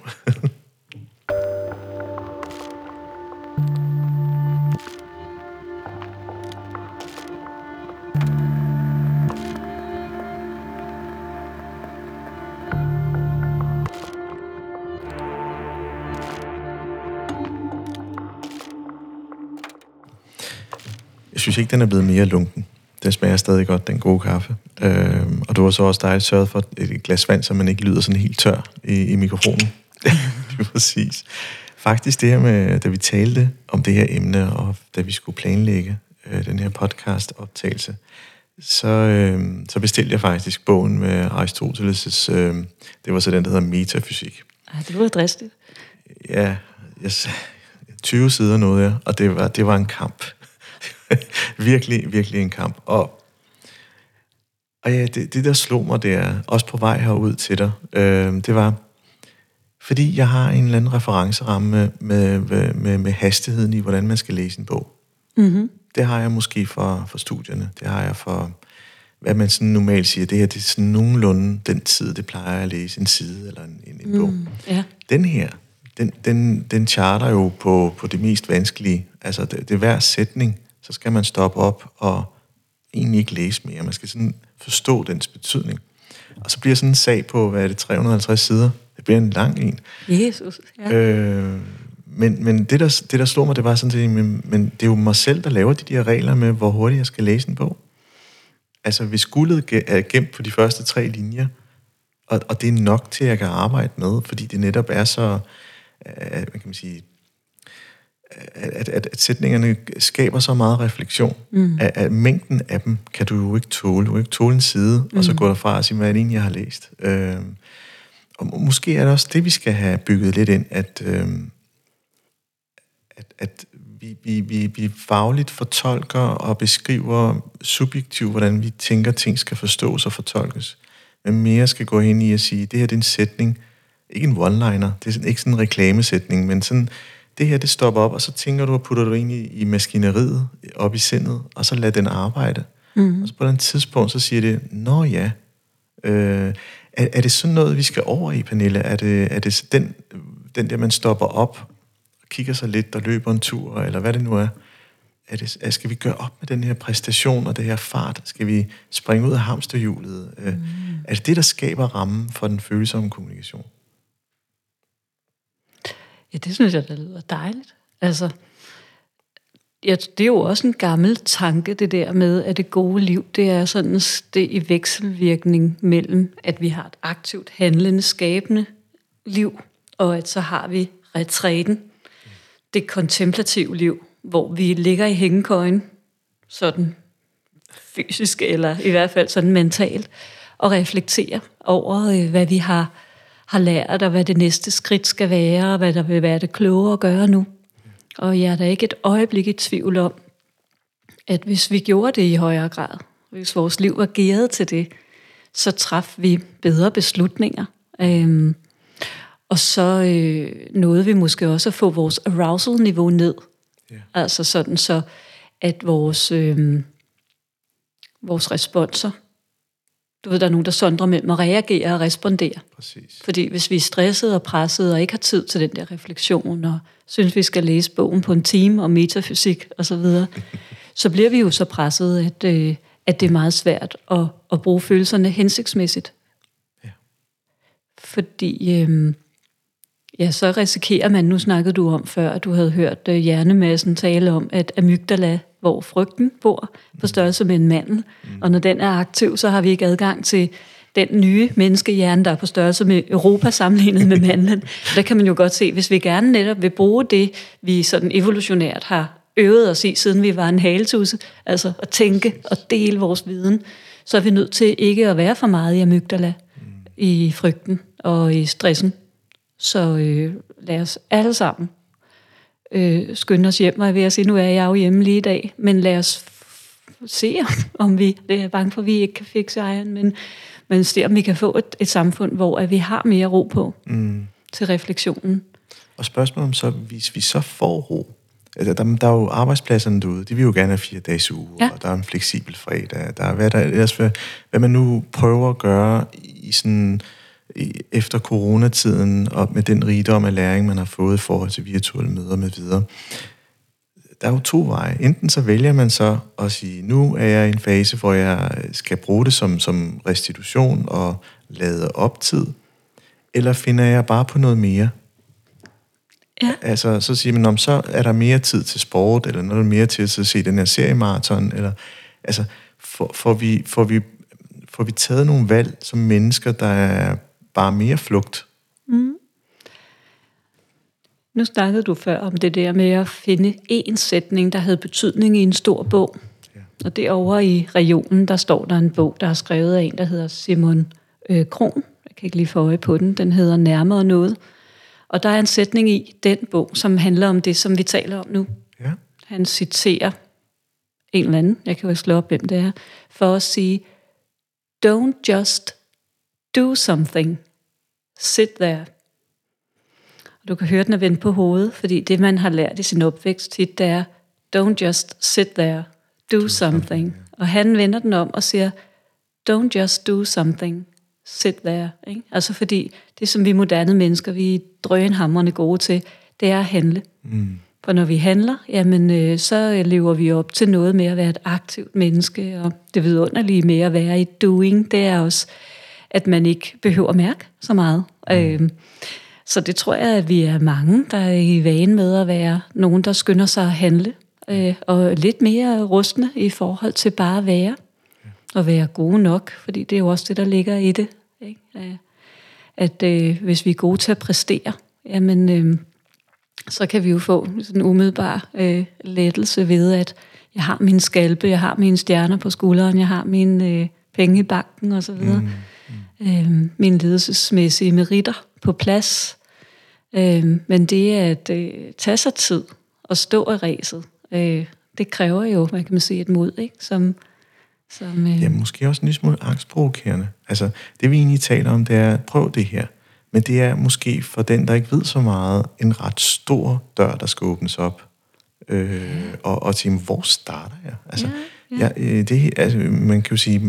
Speaker 1: Jeg synes ikke, den er blevet mere lunken. Den smager stadig godt, den gode kaffe. Øhm, og du har så også dejligt sørget for et glas vand, så man ikke lyder sådan helt tør i, i mikrofonen. Det er præcis. Faktisk det her med, da vi talte om det her emne, og da vi skulle planlægge øh, den her podcast-optagelse, så, øh, så bestilte jeg faktisk bogen med Aristoteles', øh, det var så den, der hedder Metafysik.
Speaker 2: Ej, det var dristigt.
Speaker 1: Ja, yes, tyve sider nåede jeg, og det var, det var en kamp. virkelig, virkelig en kamp. Og, og ja, det, det der slog mig, det er også på vej herud til dig, øh, det var, fordi jeg har en eller anden referenceramme med, med, med, med hastigheden i, hvordan man skal læse en bog. Mm-hmm. Det har jeg måske for, for studierne, det har jeg for, hvad man sådan normalt siger, det her, det er sådan nogenlunde den tid, det plejer at læse en side eller en, en, en mm, bog.
Speaker 2: Ja.
Speaker 1: Den her, den, den, den charter jo på, på det mest vanskelige, altså det, det er hver sætning, så skal man stoppe op og egentlig ikke læse mere. Man skal sådan forstå dens betydning. Og så bliver sådan en sag på, hvad er det, tre hundrede og halvtreds sider. Det bliver en lang en.
Speaker 2: Jesus, ja.
Speaker 1: Øh, men men det, der, det, der slår mig, det var sådan set, men, men det er jo mig selv, der laver de der regler med, hvor hurtigt jeg skal læse en bog. Altså, hvis guldet er gemt på de første tre linjer, og, og det er nok til, at jeg kan arbejde med, fordi det netop er så, hvad kan man sige, At, at, at sætningerne skaber så meget refleksion, mm. at, at mængden af dem kan du jo ikke tåle. Du kan ikke tåle en side, mm. og så gå derfra og sige, hvad er det egentlig, jeg har læst. Øh, og måske er det også det, vi skal have bygget lidt ind, at, øh, at, at vi, vi, vi, vi fagligt fortolker og beskriver subjektivt, hvordan vi tænker, ting skal forstås og fortolkes. Men mere skal gå ind i at sige, det her det er en sætning, ikke en one-liner, det er ikke sådan en reklamesætning, men sådan, det her, det stopper op, og så tænker du og putter du ind i, i maskineriet, op i sindet, og så lad den arbejde. Mm. Og så på et tidspunkt, så siger det, nå ja, øh, er, er det sådan noget, vi skal over i, Pernille? Er det, er det den, den der, man stopper op, og kigger sig lidt, og løber en tur, eller hvad det nu er? Er det, er, skal vi gøre op med den her præstation og det her fart? Skal vi springe ud af hamsterhjulet? Mm. Er det det, der skaber rammen for den følsomme kommunikation?
Speaker 2: Ja, det synes jeg, det lyder dejligt. Altså, ja, det er jo også en gammel tanke, det der med, at det gode liv, det er sådan det i vekselvirkning mellem, at vi har et aktivt, handlende, skabende liv, og at så har vi retræten, det kontemplative liv, hvor vi ligger i hængekøjen, sådan fysisk, eller i hvert fald sådan mentalt, og reflekterer over, hvad vi har, har lært, og hvad det næste skridt skal være, og hvad der vil være det kloge at gøre nu. Og jeg er da ikke et øjeblik i tvivl om, at hvis vi gjorde det i højere grad, hvis vores liv var gearet til det, så traf vi bedre beslutninger. Øhm, og så øh, nåede vi måske også at få vores arousal-niveau ned. Yeah. Altså sådan så, at vores, øh, vores responser, du ved, der er nogen, der sondrer mellem at reagere og respondere.
Speaker 1: Præcis.
Speaker 2: Fordi hvis vi er stressede og pressede og ikke har tid til den der refleksion, og synes, vi skal læse bogen på en time om metafysik og så videre, så bliver vi jo så presset, at, øh, at det er meget svært at, at bruge følelserne hensigtsmæssigt. Ja. Fordi øh, ja, så risikerer man, nu snakkede du om før, at du havde hørt øh, hjernemassen tale om, at amygdala, hvor frygten bor, på størrelse med en mandel, mm. og når den er aktiv, så har vi ikke adgang til den nye menneskehjerne, der er på størrelse med Europa sammenlignet med mandlen. Der kan man jo godt se, hvis vi gerne netop vil bruge det, vi sådan evolutionært har øvet os i, siden vi var en haletusse, altså at tænke og dele vores viden, så er vi nødt til ikke at være for meget i amygdala, mm. i frygten og i stressen. Så øh, lad os alle sammen øh, skynde os hjem, og jeg vil sige, nu er jeg jo hjemme lige i dag, men lad os f- se, om vi, det er jeg bange for, at vi ikke kan fikse egen, men, men se, om vi kan få et, et samfund, hvor at vi har mere ro på mm. til refleksionen.
Speaker 1: Og spørgsmålet om så, hvis vi så får ro, altså der, der er jo arbejdspladserne derude, de vil jo gerne have fire dages uge, ja. Og der er en fleksibel fredag, der er hvad, der ellers, hvad, hvad man nu prøver at gøre i sådan efter coronatiden, og med den rigdom af læring, man har fået i forhold til virtuelle møder med videre. Der er jo to veje. Enten så vælger man så at sige, nu er jeg i en fase, hvor jeg skal bruge det som, som restitution og lade op tid, eller finder jeg bare på noget mere?
Speaker 2: Ja.
Speaker 1: Altså, så siger man, om så er der mere tid til sport, eller noget mere til at se den her seriemaraton, eller altså, får, får, vi, får, vi, får vi taget nogle valg som mennesker, der er bare mere flugt?
Speaker 2: Mm. Nu snakkede du før om det der med at finde en sætning, der havde betydning i en stor bog. Ja. Og derovre i regionen, der står der en bog, der er skrevet af en, der hedder Simon øh, Kron. Jeg kan ikke lige få øje på den. Den hedder Nærmere noget. Og der er en sætning i den bog, som handler om det, som vi taler om nu.
Speaker 1: Ja.
Speaker 2: Han citerer en eller anden, jeg kan jo slå op, hvem det er, for at sige, don't just do something, sit there. Og du kan høre den er vendt på hovedet, fordi det, man har lært i sin opvækst tit, det er, don't just sit there, do, do something. something yeah. Og han vender den om og siger, don't just do something, sit there. Ikke? Altså fordi det, som vi moderne mennesker, vi er drønhamrende gode til, det er at handle. Mm. For når vi handler, jamen, øh, så lever vi op til noget med at være et aktivt menneske, og det vidunderlige med at være i doing, det er også, at man ikke behøver at mærke så meget. Mm. Øh, så det tror jeg, at vi er mange, der er i vane med at være nogen, der skynder sig at handle, øh, og lidt mere rustne i forhold til bare at være, og være gode nok, fordi det er jo også det, der ligger i det. Ikke? At øh, hvis vi er gode til at præstere, jamen, øh, så kan vi jo få sådan en umiddelbar øh, lettelse ved, at jeg har min skalpe, jeg har mine stjerner på skulderen, jeg har mine øh, penge i banken osv., mm. mm. øh, mine ledelsesmæssige meritter på plads. Øh, men det at øh, tage sig tid og stå i ræset, øh, det kræver jo, hvad kan man sige, et mod, ikke? Som, som, øh...
Speaker 1: ja, måske også en lille smule angstprovokerende. Altså, det vi egentlig taler om, det er, prøv det her. Men det er måske for den, der ikke ved så meget, en ret stor dør, der skal åbnes op. Øh, og, og til, hvor starter jeg? Altså,
Speaker 2: ja,
Speaker 1: Ja, ja det, altså, man kan jo sige,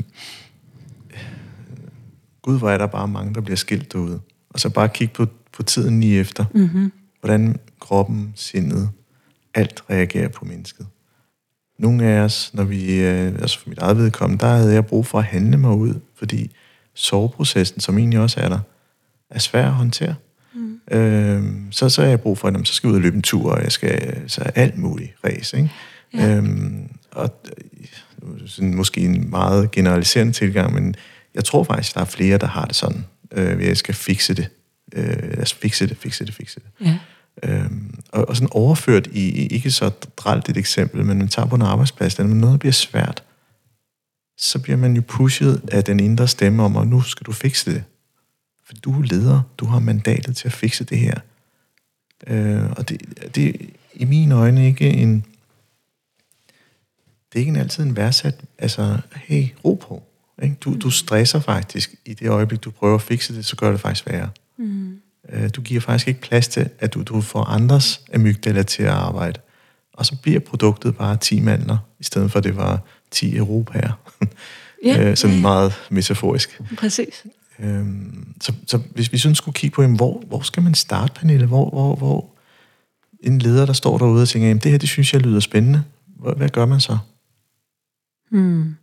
Speaker 1: Gud, hvor er der bare mange, der bliver skilt derude. Og så bare kigge på, på tiden lige efter, mm-hmm. hvordan kroppen, sindet, alt reagerer på mennesket. Nogle af os, når vi, altså for mit eget vedkommende, der havde jeg brug for at handle mig ud, fordi soveprocessen, som egentlig også er der, er svær at håndtere. Mm. Øhm, så, så har jeg brug for, at så skal jeg ud og løbe en tur, og jeg skal så alt muligt race, ikke? Ja. Øhm, og sådan, måske en meget generaliserende tilgang, men jeg tror faktisk, der er flere, der har det sådan. Øh, jeg skal fikse det. Øh, altså fikse det, fikse det, fikse det. Ja. Øhm, og, og sådan overført i, ikke så dralt et eksempel, men man tager på en arbejdsplads, når noget bliver svært, så bliver man jo pushet af den indre stemme om, og nu skal du fikse det. For du er leder, du har mandatet til at fikse det her. Øh, og det, det er i mine øjne ikke en... Det er ikke en altid en værdsat, altså, hey, ro på. Ikke? Du, du stresser faktisk i det øjeblik, du prøver at fikse det, så gør det faktisk værre. Mm. Øh, du giver faktisk ikke plads til, at du, du får andres amygdala til at arbejde. Og så bliver produktet bare ti mandler, i stedet for at det var ti europæer. Ja, øh, sådan ja. Meget metaforisk.
Speaker 2: Præcis.
Speaker 1: Øhm, så, så hvis vi sådan skulle kigge på, jamen, hvor, hvor skal man starte, Pernille? Hvor, hvor, hvor en leder, der står derude og tænker, jamen, det her, det synes jeg lyder spændende. Hvad, hvad gør man så?
Speaker 2: Hmm.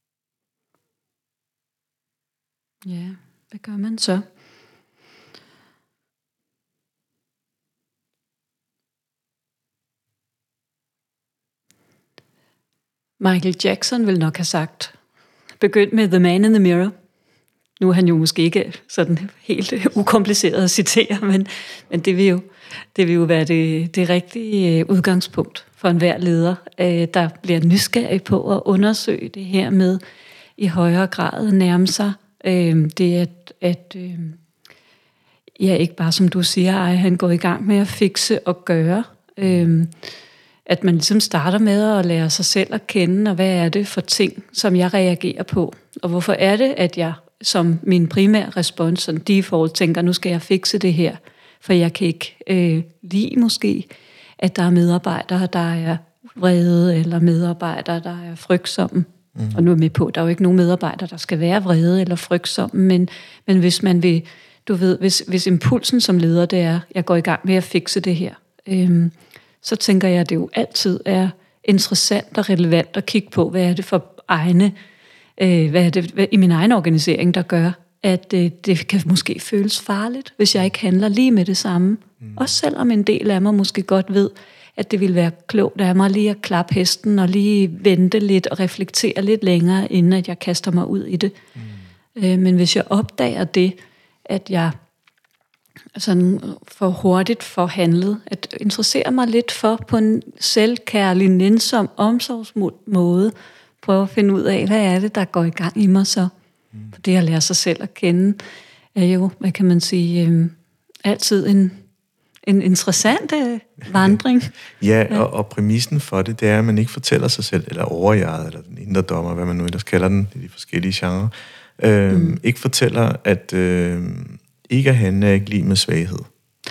Speaker 2: Ja, hvad gør man så? Michael Jackson vil nok have sagt, begynd med The Man in the Mirror. Nu er han jo måske ikke sådan helt ukompliceret at citere, men, men det vil jo, det vil jo være det, det rigtige udgangspunkt for enhver leder, der bliver nysgerrig på at undersøge det her med i højere grad at nærme sig. Det at, at ja, ikke bare som du siger, ej, han går i gang med at fikse og gøre. At man ligesom starter med at lære sig selv at kende, og hvad er det for ting, som jeg reagerer på? Og hvorfor er det, at jeg som min primære respons, som default, tænker, nu skal jeg fikse det her, for jeg kan ikke øh, lide måske, at der er medarbejdere, der er vrede, eller medarbejdere, der er frygtsomme. Mm. Og nu er jeg med på, at der er jo ikke nogen medarbejdere, der skal være vrede eller frygtsomme, men, men hvis man vil, du ved, hvis, hvis impulsen som leder, det er, jeg går i gang med at fikse det her, øhm, så tænker jeg, at det jo altid er interessant og relevant at kigge på, hvad er det for egne, øh, hvad er det hvad, i min egen organisering, der gør, at øh, det kan måske føles farligt, hvis jeg ikke handler lige med det samme. Mm. Også selvom en del af mig måske godt ved, at det ville være klogt af mig lige at klappe hesten og lige vente lidt og reflektere lidt længere, inden at jeg kaster mig ud i det. Mm. Øh, men hvis jeg opdager det, at jeg sådan for hurtigt får handlet, at interessere mig lidt for på en selvkærlig, nænsom, omsorgsmåde, prøve at finde ud af, hvad er det, der går i gang i mig så. Mm. For det at lære sig selv at kende, er jo, hvad kan man sige, øh, altid en, en interessant øh, vandring.
Speaker 1: Ja, ja. Og, og præmissen for det, det er, at man ikke fortæller sig selv, eller overjeget, eller den indre dommer, hvad man nu ellers kalder den, i de forskellige genrer, øh, mm. ikke fortæller, at øh, ikke at handle er ikke lige med svaghed.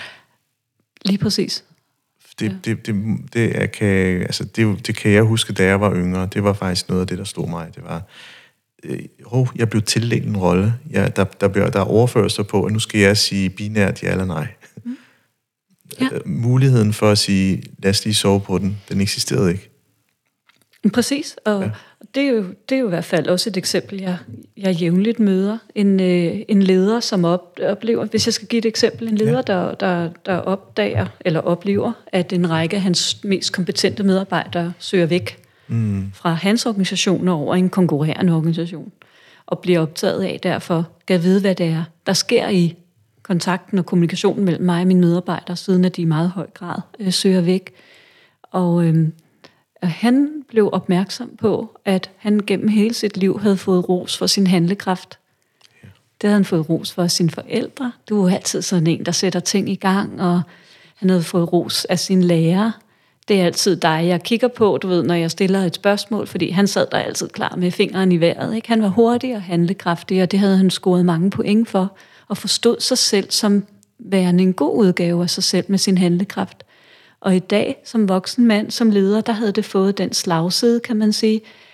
Speaker 2: Lige præcis.
Speaker 1: Det, ja. det, det, det, er, kan, altså det, det kan jeg huske, da jeg var yngre. Det var faktisk noget af det, der stod mig. Det var, øh, oh, jeg blev tildelt en rolle. Jeg, der, der, der, der overføres sig på, at nu skal jeg sige binært ja eller nej. Mm. Ja. Muligheden for at sige, lad os lige sove på den, den eksisterede ikke.
Speaker 2: Præcis, og ja. det, er jo, det er jo i hvert fald også et eksempel, jeg, jeg jævnligt møder. En, øh, en leder, som op, oplever, hvis jeg skal give et eksempel, en leder, ja. der, der, der opdager eller oplever, at en række af hans mest kompetente medarbejdere søger væk mm. fra hans organisation over en konkurrerende organisation, og bliver optaget af derfor, kan vide, hvad det er, der sker i kontakten og kommunikationen mellem mig og mine medarbejdere, siden at de i meget høj grad øh, søger væk. Og øh, han blev opmærksom på, at han gennem hele sit liv havde fået ros for sin handlekraft. Ja. Det havde han fået ros for sine forældre. Du er altid sådan en, der sætter ting i gang, og han havde fået ros af sine lærere. Det er altid dig, jeg kigger på, du ved, når jeg stiller et spørgsmål, fordi han sad der altid klar med fingeren i vejret. Ikke? Han var hurtig og handlekraftig, og det havde han scoret mange point for, og forstod sig selv som værende en god udgave af sig selv med sin handlekraft. Og i dag, som voksen mand, som leder, der havde det fået den slagside, kan man sige,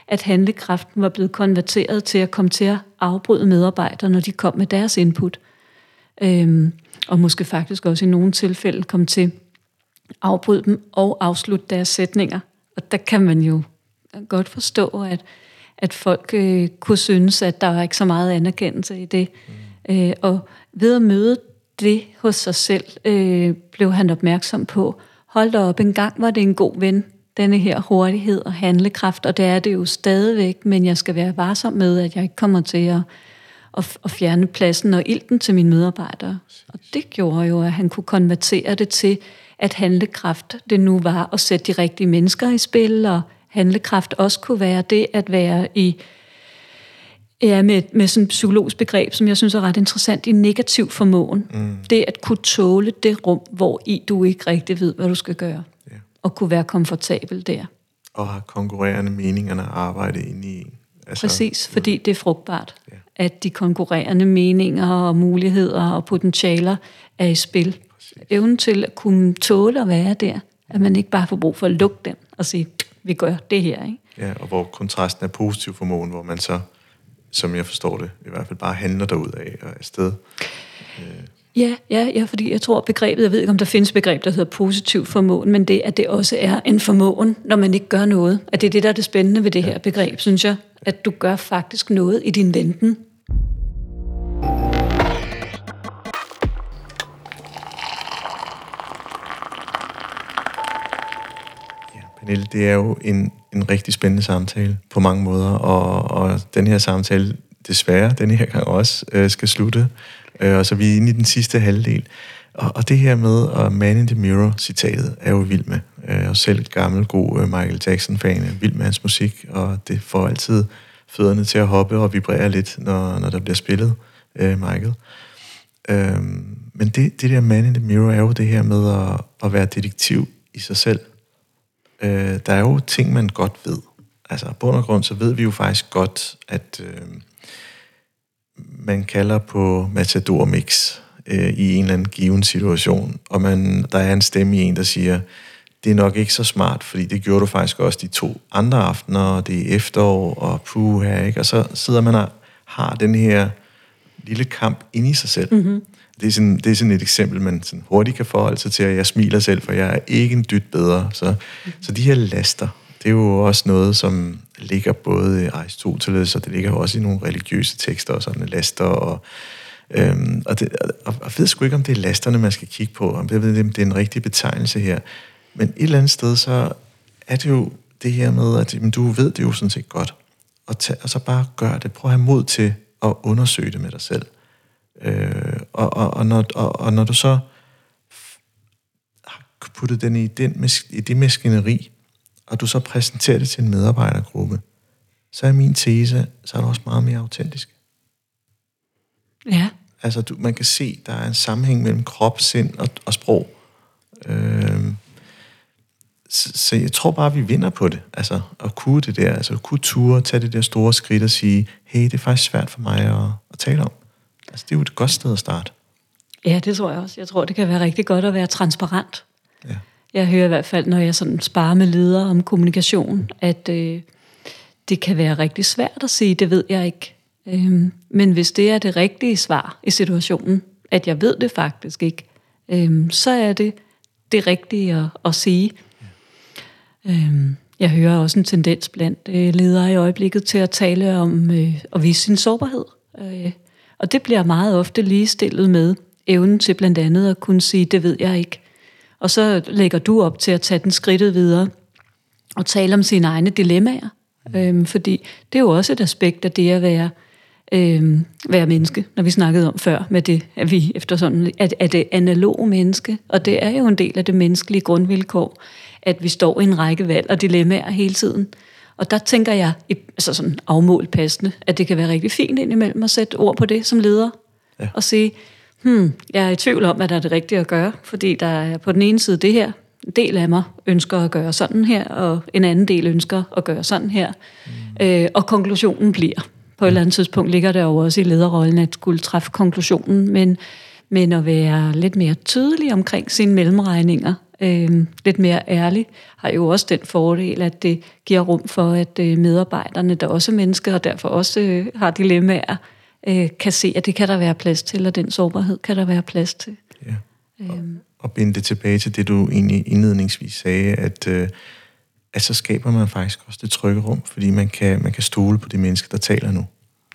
Speaker 2: at handlekraften var blevet konverteret til at komme til at afbryde medarbejdere, når de kom med deres input. Øhm, og måske faktisk også i nogle tilfælde kom til at afbryde dem og afslutte deres sætninger. Og der kan man jo godt forstå, at, at folk øh, kunne synes, at der var ikke så meget anerkendelse i det. Mm. Øh, og ved at møde det hos sig selv, øh, blev han opmærksom på, hold da op, en gang var det en god ven, denne her hurtighed og handlekraft, og det er det jo stadigvæk, men jeg skal være varsom med, at jeg ikke kommer til at, at, at fjerne pladsen og ilten til mine medarbejdere. Og det gjorde jo, at han kunne konvertere det til, at handlekraft det nu var at sætte de rigtige mennesker i spil, og handlekraft også kunne være det at være i, ja, med, med sådan et psykologisk begreb, som jeg synes er ret interessant, i negativ formåen. Mm. Det at kunne tåle det rum, hvor i du ikke rigtig ved, hvad du skal gøre. Yeah. Og kunne være komfortabel der.
Speaker 1: Og have konkurrerende meningerne at arbejde ind i. Altså,
Speaker 2: præcis, fordi det er frugtbart. Yeah. At de konkurrerende meninger og muligheder og potentialer er i spil. Præcis. Evnen til at kunne tåle at være der, at man ikke bare får brug for at lukke den og sige, vi gør det her. Ikke?
Speaker 1: Ja, og hvor kontrasten er positiv formåen, hvor man så, som jeg forstår det, i hvert fald bare handler derudad og er afsted. Øh.
Speaker 2: Ja, ja, ja, fordi jeg tror begrebet, jeg ved ikke om der findes begreb, der hedder positiv formåen, men det, at det også er en formåen, når man ikke gør noget. At det er det, der er det spændende ved det her begreb, synes jeg. At du gør faktisk noget i din venten.
Speaker 1: Pernille, det er jo en, en rigtig spændende samtale på mange måder, og, og den her samtale, desværre, den her gang også, øh, skal slutte. Øh, og så er vi inde i den sidste halvdel. Og, og det her med, at Man in the Mirror-citatet er jo vild med. Jeg er jo selv et gammel, god øh, Michael Jackson-fan, vild med hans musik, og det får altid fødderne til at hoppe og vibrere lidt, når, når der bliver spillet, øh, Michael. Øh, men det, det der Man in the Mirror er jo det her med at, at være detektiv i sig selv. Øh, der er jo ting, man godt ved. Altså, på bund og grund, så ved vi jo faktisk godt, at øh, man kalder på Matador Mix øh, i en eller anden given situation, og man, der er en stemme i en, der siger, det er nok ikke så smart, fordi det gjorde du faktisk også de to andre aftener, og det er efterår, og puha, ikke? Og så sidder man og har den her lille kamp inde i sig selv. Mm-hmm. Det er, sådan, det er sådan et eksempel, man sådan hurtigt kan forholde sig til, at jeg smiler selv, for jeg er ikke en dyt bedre. Så, mm-hmm. så de her laster, det er jo også noget, som ligger både i Aristoteles, og det ligger også i nogle religiøse tekster, og sådan laster, og, øhm, og, det, og jeg ved sgu ikke, om det er lasterne, man skal kigge på, om det, det er en rigtig betegnelse her. Men et eller andet sted, så er det jo det her med, at jamen, du ved det jo sådan set godt, og, tage, og så bare gør det. Prøv at have mod til at undersøge det med dig selv. Øh, og, og, og, når, og, og når du så har puttet den i, den, i det maskineri, og du så præsenterer det til en medarbejdergruppe, så er min tese, så er det også meget mere autentisk.
Speaker 2: Ja.
Speaker 1: Altså, du, man kan se, der er en sammenhæng mellem krop, sind og, og sprog. Øh, så, så jeg tror bare, vi vinder på det. Altså, at kunne det der, altså at kunne ture, tage det der store skridt og sige, hey, det er faktisk svært for mig at, at tale om. Altså, det er jo et godt sted at starte.
Speaker 2: Ja, det tror jeg også. Jeg tror, det kan være rigtig godt at være transparent.
Speaker 1: Ja.
Speaker 2: Jeg hører i hvert fald, når jeg sådan sparer med ledere om kommunikation, at øh, det kan være rigtig svært at sige, det ved jeg ikke. Øhm, men hvis det er det rigtige svar i situationen, at jeg ved det faktisk ikke, øhm, så er det det rigtige at, at sige. Ja. Øhm, jeg hører også en tendens blandt øh, ledere i øjeblikket til at tale om øh, at vise sin sårbarhed. Øh, Og det bliver meget ofte ligestillet med evnen til blandt andet at kunne sige, det ved jeg ikke. Og så lægger du op til at tage den skridtet videre og tale om sine egne dilemmaer. Mm. Øhm, fordi det er jo også et aspekt af det at være, øhm, være menneske, når vi snakkede om før, med det, at vi efter sådan, at, at det analoge menneske, og det er jo en del af det menneskelige grundvilkår, at vi står i en række valg og dilemmaer hele tiden. Og der tænker jeg, altså sådan afmålt passende, at det kan være rigtig fint indimellem at sætte ord på det som leder. Ja. Og sige, hmm, jeg er i tvivl om, hvad der er det rigtige at gøre, fordi der er på den ene side det her, en del af mig ønsker at gøre sådan her, og en anden del ønsker at gøre sådan her. Mm. Øh, og konklusionen bliver, på et eller andet tidspunkt ligger der jo også i lederrollen, at skulle træffe konklusionen, men, men at være lidt mere tydelig omkring sine mellemregninger, øh, lidt mere ærlig, har jo også den fordel, at det giver rum for, at øh, medarbejderne, der også er mennesker, og derfor også øh, har dilemmaer, øh, kan se, at det kan der være plads til, og den sårbarhed kan der være plads til.
Speaker 1: Ja. Øhm. Og binde det tilbage til det, du egentlig indledningsvis sagde, at, øh, at så skaber man faktisk også det trygge rum, fordi man kan, man kan stole på de mennesker, der taler nu.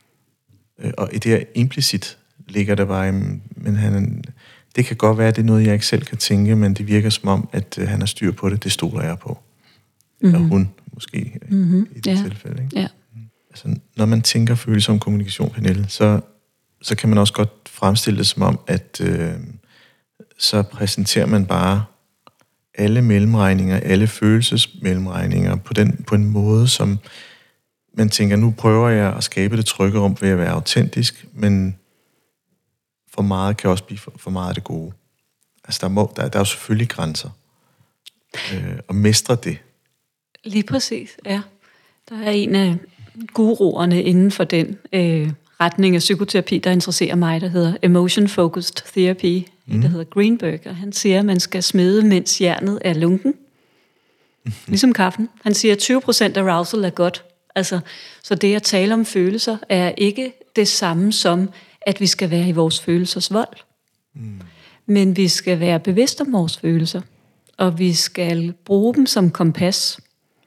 Speaker 1: Øh, og i det her implicit ligger der bare, men han, det kan godt være, at det er noget, jeg ikke selv kan tænke, men det virker som om, at øh, han har styr på det, det stoler jeg på. Mm-hmm. Og hun måske mm-hmm. i det ja. tilfælde. Ikke? Ja. Altså, når man tænker følsom kommunikation, Pernille, så, så kan man også godt fremstille det som om, at øh, så præsenterer man bare alle mellemregninger, alle følelsesmellemregninger på, den, på en måde, som man tænker, nu prøver jeg at skabe det trygge rum ved at være autentisk, men for meget kan også blive for, for meget af det gode. Altså, der, må, der, der er jo selvfølgelig grænser. Øh, og mestre det. Lige
Speaker 2: præcis, ja. Der er en af guruerne inden for den øh, retning af psykoterapi, der interesserer mig, der hedder Emotion Focused Therapy, mm. der hedder Greenberg, og han siger, at man skal smede, mens jernet er lunken. Mm-hmm. Ligesom kaffen. Han siger, at tyve procent arousal er godt. Altså, så det at tale om følelser er ikke det samme som, at vi skal være i vores følelsers vold. Mm. Men vi skal være bevidste om vores følelser, og vi skal bruge dem som kompas.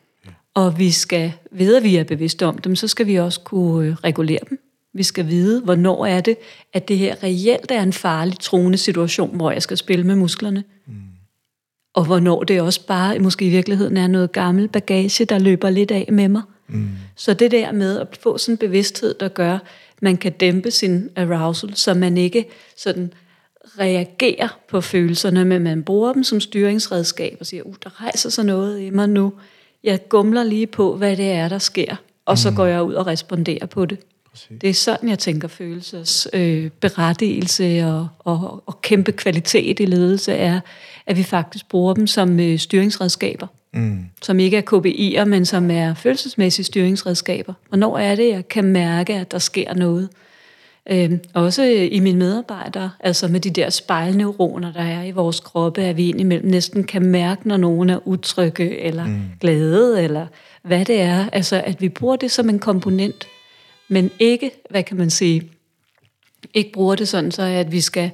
Speaker 2: Og vi skal, ved at vi er bevidste om dem, så skal vi også kunne regulere dem. Vi skal vide, hvornår er det, at det her reelt er en farlig, truende situation, hvor jeg skal spille med musklerne. Mm. Og hvornår det også bare, måske i virkeligheden, er noget gammel bagage, der løber lidt af med mig. Mm. Så det der med at få sådan en bevidsthed, der gør, man kan dæmpe sin arousal, så man ikke sådan reagerer på følelserne, men man bruger dem som styringsredskab og siger, uh, der rejser sig noget i mig nu. Jeg gumler lige på, hvad det er, der sker, og så mm. går jeg ud og responderer på det. Præcis. Det er sådan, jeg tænker følelses øh, berettigelse og, og, og kæmpe kvalitet i ledelse er, at vi faktisk bruger dem som øh, styringsredskaber, mm. som ikke er K P I'er, men som er følelsesmæssige styringsredskaber. Hvornår er det, jeg kan mærke, at der sker noget? Øh, også øh, i mine medarbejdere, altså med de der spejlneuroner, der er i vores kroppe, at vi indimellem næsten kan mærke, når nogen er utrygge eller mm. glade, eller hvad det er. Altså, at vi bruger det som en komponent, men ikke, hvad kan man sige, ikke bruger det sådan, så at vi skal,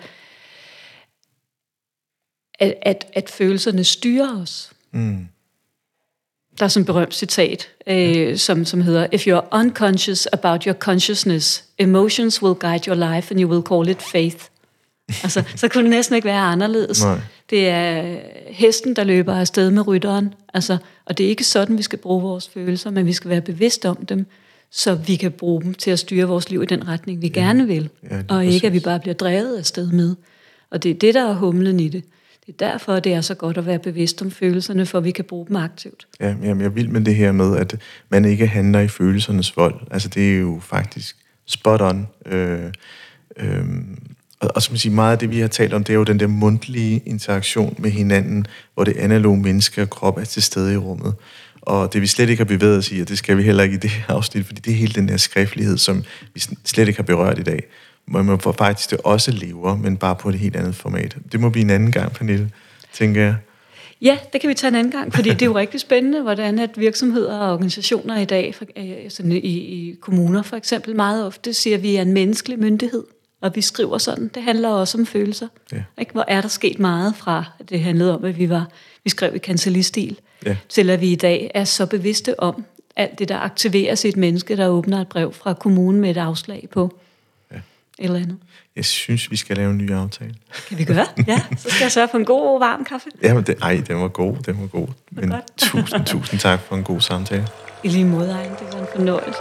Speaker 2: at, at, at følelserne styrer os. Mm. Der er sådan et berømt citat, øh, som, som hedder, if you're unconscious about your consciousness, emotions will guide your life, and you will call it faith. Altså, så kunne det næsten ikke være anderledes. Nej. Det er hesten, der løber afsted med rytteren. Altså, og det er ikke sådan, vi skal bruge vores følelser, men vi skal være bevidste om dem, så vi kan bruge dem til at styre vores liv i den retning, vi ja. gerne vil. Ja, og ikke, at vi bare bliver drevet afsted med. Og det er det, der er humlen i det. Det er derfor, det er så godt at være bevidst om følelserne, for vi kan bruge dem aktivt. Ja,
Speaker 1: jamen, jeg vil med det her med, at man ikke handler i følelsernes vold. Altså, det er jo faktisk spot on. Øh, øh, og, og som man siger, meget af det, vi har talt om, det er jo den der mundtlige interaktion med hinanden, hvor det analoge menneske og krop er til stede i rummet. Og det vi slet ikke har bevæget os i, og det skal vi heller ikke i det her afsnit, fordi det er hele den der skriftlighed, som vi slet ikke har berørt i dag. Hvor man faktisk det også lever, men bare på et helt andet format. Det må blive en anden gang, Pernille, tænker jeg.
Speaker 2: Ja, det kan vi tage en anden gang, fordi det er jo rigtig spændende, hvordan at virksomheder og organisationer i dag, sådan i, i kommuner for eksempel, meget ofte siger, at vi er en menneskelig myndighed, og vi skriver sådan. Det handler også om følelser. Ja. Ikke? Hvor er der sket meget fra, det handlede om, at vi, var, vi skrev i kancellistil, ja. til at vi i dag er så bevidste om alt det, der aktiveres i et menneske, der åbner et brev fra kommunen med et afslag på. Eller andet.
Speaker 1: Jeg synes, vi skal lave en ny aftale.
Speaker 2: Kan vi gøre? Ja, så skal jeg sørge for en god, varm kaffe.
Speaker 1: Jamen, det, ej, den var god, den var god. Men tusind, tusind tak for en god samtale.
Speaker 2: I lige måde, ej, det var en fornøjelse.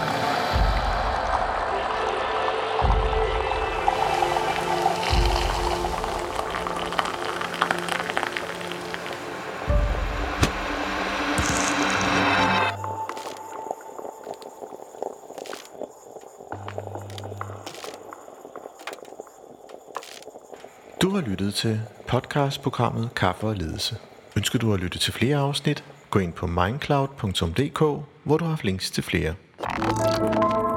Speaker 1: Du har lyttet til podcastprogrammet Kaffe og Ledelse. Ønsker du at lytte til flere afsnit? Gå ind på mindcloud punktum d k, hvor du har links til flere.